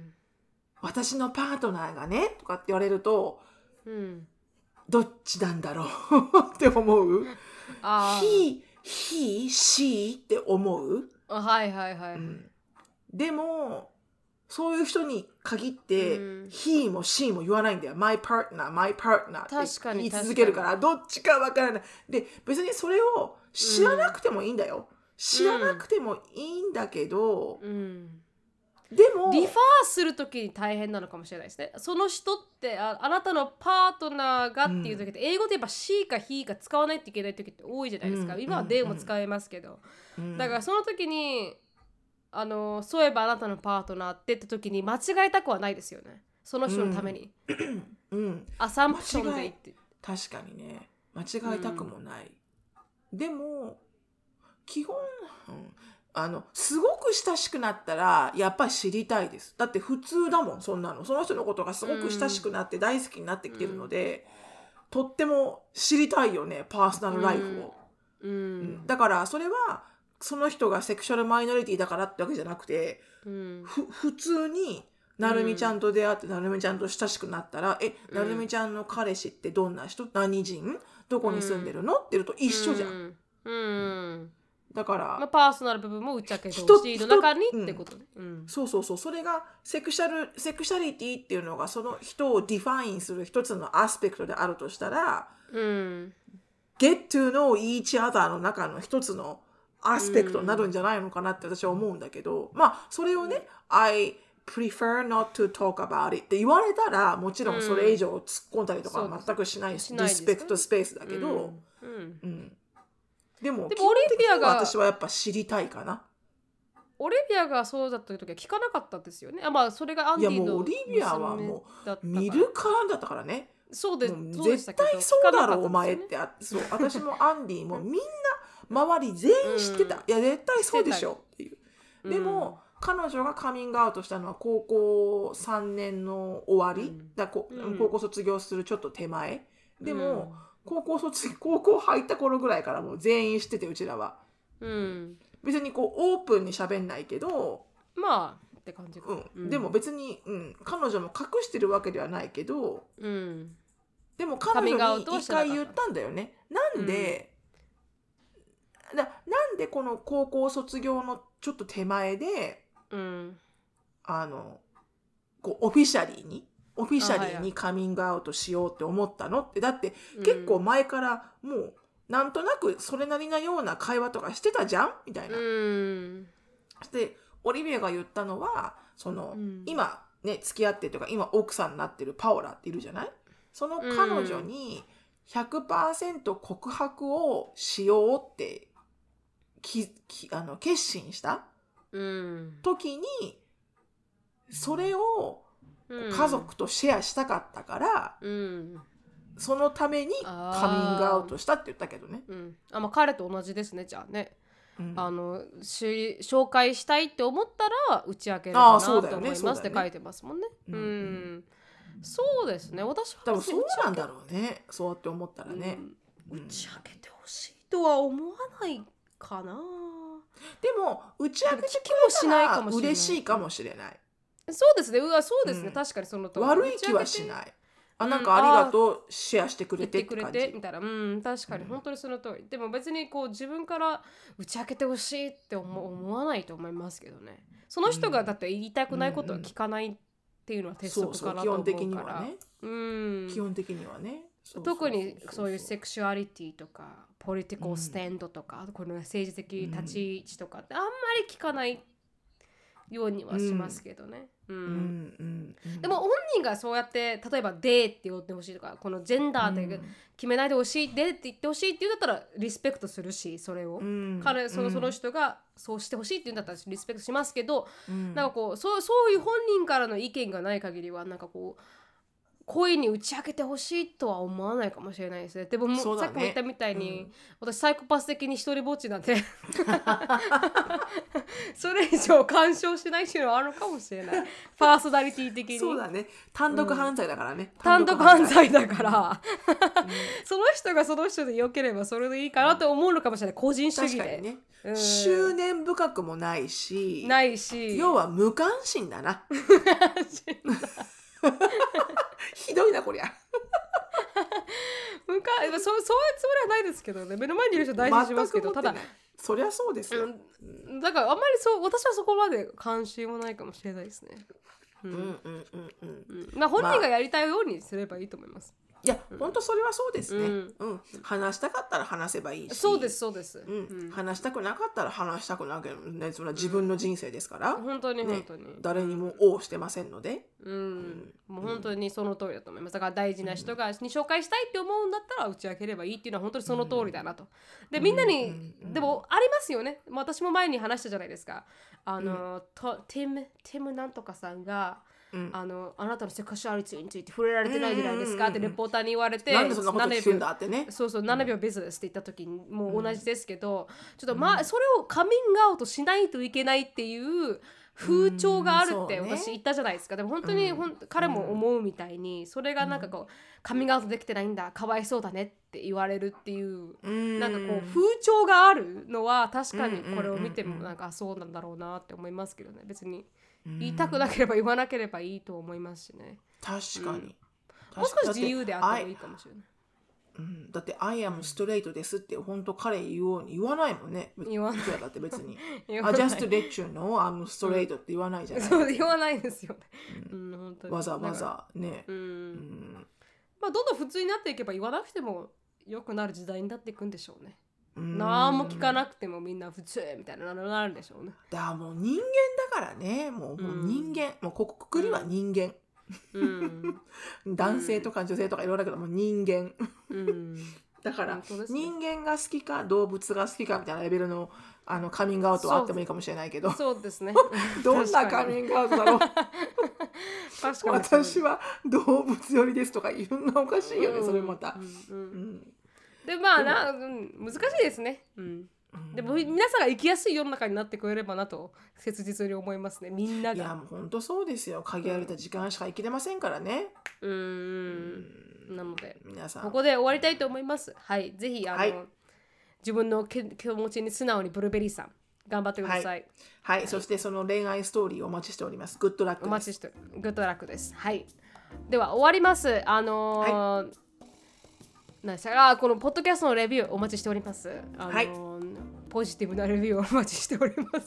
私のパートナーがねとかって言われると、うん、どっちなんだろうって思う。あ he, he, she って思う。 はいはいはい、うん、 でもそういう人に限って、うん、he も she も言わないんだよ。my partner, my partner って言い続けるから、どっちかわからない。で、別にそれを知らなくてもいいんだよ。うん、知らなくてもいいんだけど、うん、でもリファーするときに大変なのかもしれないですね。その人ってあ、あなたのパートナーがっていう時って、うん、英語で言えば she か he か使わないといけない時って多いじゃないですか。うん、今は they も使えますけど、うん、だからその時にあのそういえばあなたのパートナーってって時に間違えたくはないですよね。その人のために、うんうん、アサンプションで言って確かにね間違えたくもない、うん、でも基本、うん、あのすごく親しくなったらやっぱり知りたいです。だって普通だもんそんなの。その人のことがすごく親しくなって大好きになってきてるので、うん、とっても知りたいよねパーソナルライフを、うんうん、だからそれはその人がセクシャルマイノリティだからってわけじゃなくて、うん、ふ普通になるみちゃんと出会って、うん、なるみちゃんと親しくなったらえ、なるみちゃんの彼氏ってどんな人、何人、どこに住んでるの、うん、って言うと一緒じゃん、うんうん、だから、 まあ、パーソナル部分も打ち明けてほしいの中にってことね、うんうん、 そうそうそう。それがセクシャルセクシャリティっていうのがその人をディファインする一つのアスペクトであるとしたら、うん、get to know each other の中の一つのアスペクトになるんじゃないのかなって私は思うんだけど、うん、まあそれをね、うん、I prefer not to talk about it って言われたらもちろんそれ以上突っ込んだりとかは全くしないし、うん、リスペクトスペースだけど、うんうんうん、でもでもオリビアが私はやっぱ知りたいかな。 オリビアがそうだった時は聞かなかったですよね。あ、まあそれがアンディのいやもうオリビアはもう見るからだったからね。 そうです。 絶対そうだろうお前ってあそう私もアンディもみんな周り全員知ってた、うん、いや絶対そうでしょっていう、うん、でも彼女がカミングアウトしたのは高校さんねんの終わり、うん、だこ、うん、高校卒業するちょっと手前でも、うん、高校卒高校入った頃ぐらいからもう全員知っててうちらは、うん、 別にこうオープンに喋んないけど、 まあって感じか、 うんうん、 でも別に、うん、彼女も隠してるわけではないけど、 うん、 でも彼女に一回言ったんだよね。なんで、うん、な, なんでこの高校卒業のちょっと手前で、 うん、 あのこうオフィシャリーにオフィシャリーにカミングアウトしようって思ったのって、だって結構前からもうなんとなくそれなりなような会話とかしてたじゃんみたいな。 うん、 でオリビアが言ったのはその、うん、今ね付き合ってとか今奥さんになってるパオラっているじゃない。その彼女に ひゃくパーセント 告白をしようってききあの決心した時に、それを家族とシェアしたかったから、うん、そのためにカミングアウトしたって言ったけどね。 うん、あ、まあ、彼と同じですね。じゃあね、うん、あのし紹介したいって思ったら打ち明けるかなと思いますって書いてますもんね。うんうん、そうですね。私は多分そうなんだろうね。そうやって思ったらね、 うん、打ち明けてほしいとは思わないかな。 でも打ち明けてくれたら嬉しいかもしれない。 そうですね。うわ、そうですね、うん、確かにそのと悪い気はしない。あ、なんかありがとう、うん、シェアしてくれてって感じ。 言ってくれてみたいな、うん、確かに本当にその通り。でも別にこう自分から打ち明けてほしいって思思わないと思いますけどね。その人がだって言いたくないことは聞かないっていうのは鉄則かなと思うから。そうそう、基本的にはね。うん、 基本的にはね。 そうそうそうそう、特にそういうセクシュアリティとかポリティカルスタンドとか、うん、この政治的立ち位置とかってあんまり聞かないようにはしますけどね。うんうんうんうん、でも本人がそうやって例えばデーって呼んでほしいとかこのジェンダーで決めないでほしい、うん、デーって言ってほしいって言うんだったらリスペクトするし、それを、うん、彼その、その人がそうしてほしいって言うんだったらリスペクトしますけど、うん、なんかこうそう、そういう本人からの意見がない限りはなんかこう恋に打ち明けてほしいとは思わないかもしれないですね。でも、ね、さっきも言ったみたいに、うん、私サイコパス的に一人ぼっちなんでそれ以上干渉しないっていうのはあるかもしれない。パーソナリティ的に。 そうだね。単独犯罪だからね。 うん、単独犯罪だから、うん、その人がその人で良ければそれでいいかなと思うのかもしれない。個人主義で。 確かにね。うん、執念深くもないし。 ないし。 要は無関心だな。ひどいなこりゃむかそう、そういうつもりはないですけどね。目の前にいる人大事にしますけど、ただそりゃそうですよ、 うん、だからあんまりそう私はそこまで関心もないかもしれないですね。うんうんうんうんうん。まあ本人がやりたいようにすればいいと思います。 いや、うん、本当それはそうですね、うんうん、話したかったら話せばいいし、 そうですそうです、 うんうん、話したくなかったら話したくなければ、ね、それは自分の人生ですから、 うん、本当に本当に、ね、 誰にも応してませんので、 うんうん、もう本当にその通りだと思います。だから大事な人が、うん、に紹介したいって思うんだったら打ち明ければいいっていうのは本当にその通りだなと。でみんなに、うん、でもありますよね。私も前に話したじゃないですか。あの、うん、とティムティムなんとかさんがうん、あのあなたのセクシュアリティについて触れられてないじゃないですかってレポーターに言われて、 なんでそんなこと聞くんだってね、 そうそうななびょうビジネスって言った時にもう同じですけど、ちょっとまあそれをカミングアウトしないといけないっていう風潮があるって私言ったじゃないですか。でも本当にほん彼も思うみたいに、それがなんかこうカミングアウトできてないんだ、かわいそうだねって言われるっていう、なんかこう風潮があるのは確かにこれを見てもなんかそうなんだろうなって思いますけどね。別に言いたくなければ言わなければいいと思いますしね。 確かに、うん、 もう少し自由であってもいいかもしれない。 うん、だって I am straight ですって本当彼言うように言わないもんね。 言わない。 だって別にI just let you know I'm straight って言わないじゃない、うん、 そう言わないですよね、うんうん、本当にわざわざね、 うんうん、まあどんどん普通になっていけば言わなくても良くなる時代になっていくんでしょうね。何も聞かなくてもみんな普通みたいなのになるんでしょうね。 だからもう人間だからね、もう、もう人間、うん、もうここくくりは人間、うん男性とか女性とかいろいろだけども人間、うん、だから、ね、人間が好きか動物が好きかみたいなレベルの、あのカミングアウトはあってもいいかもしれないけど、 そうですねどんなカミングアウトだろう確かに私は動物寄りですとか言うのおかしいよね、うん、それまた、うんうんうんでまあな、うん、難しいですね、うん、でも皆さんが生きやすい世の中になってくれればなと切実に思いますね。みんなが。 いやもう本当そうですよ。限られた時間しか生きれませんからね。 うーんなので皆さんここで終わりたいと思います。はい、ぜひあの、はい、自分の気持ちに素直にブルーベリーさん頑張ってください。 はい、はい、そしてその恋愛ストーリーをお待ちしております。グッドラックです。 お待ちしてグッドラックです。はい。では終わります。あのーはい、何でしたか、あ、このポッドキャストのレビューお待ちしております。あのーはい、ポジティブなレビューをお待ちしております。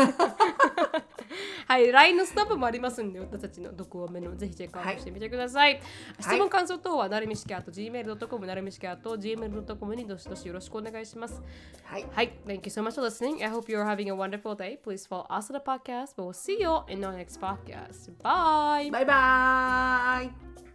はい、ライン のスタンプもありますんで、私たちの読話目のぜひチェックアウトしてみてください。はい、質問感想等はなるみしきあと ジーメールドットコム なるみしきあと ジーメールドットコム にどしどしよろしくお願いします。はい、はい、Thank you so much for listening. I hope you're having a wonderful day. Please follow us on the podcast. But we'll see you in our next podcast. Bye. Bye bye.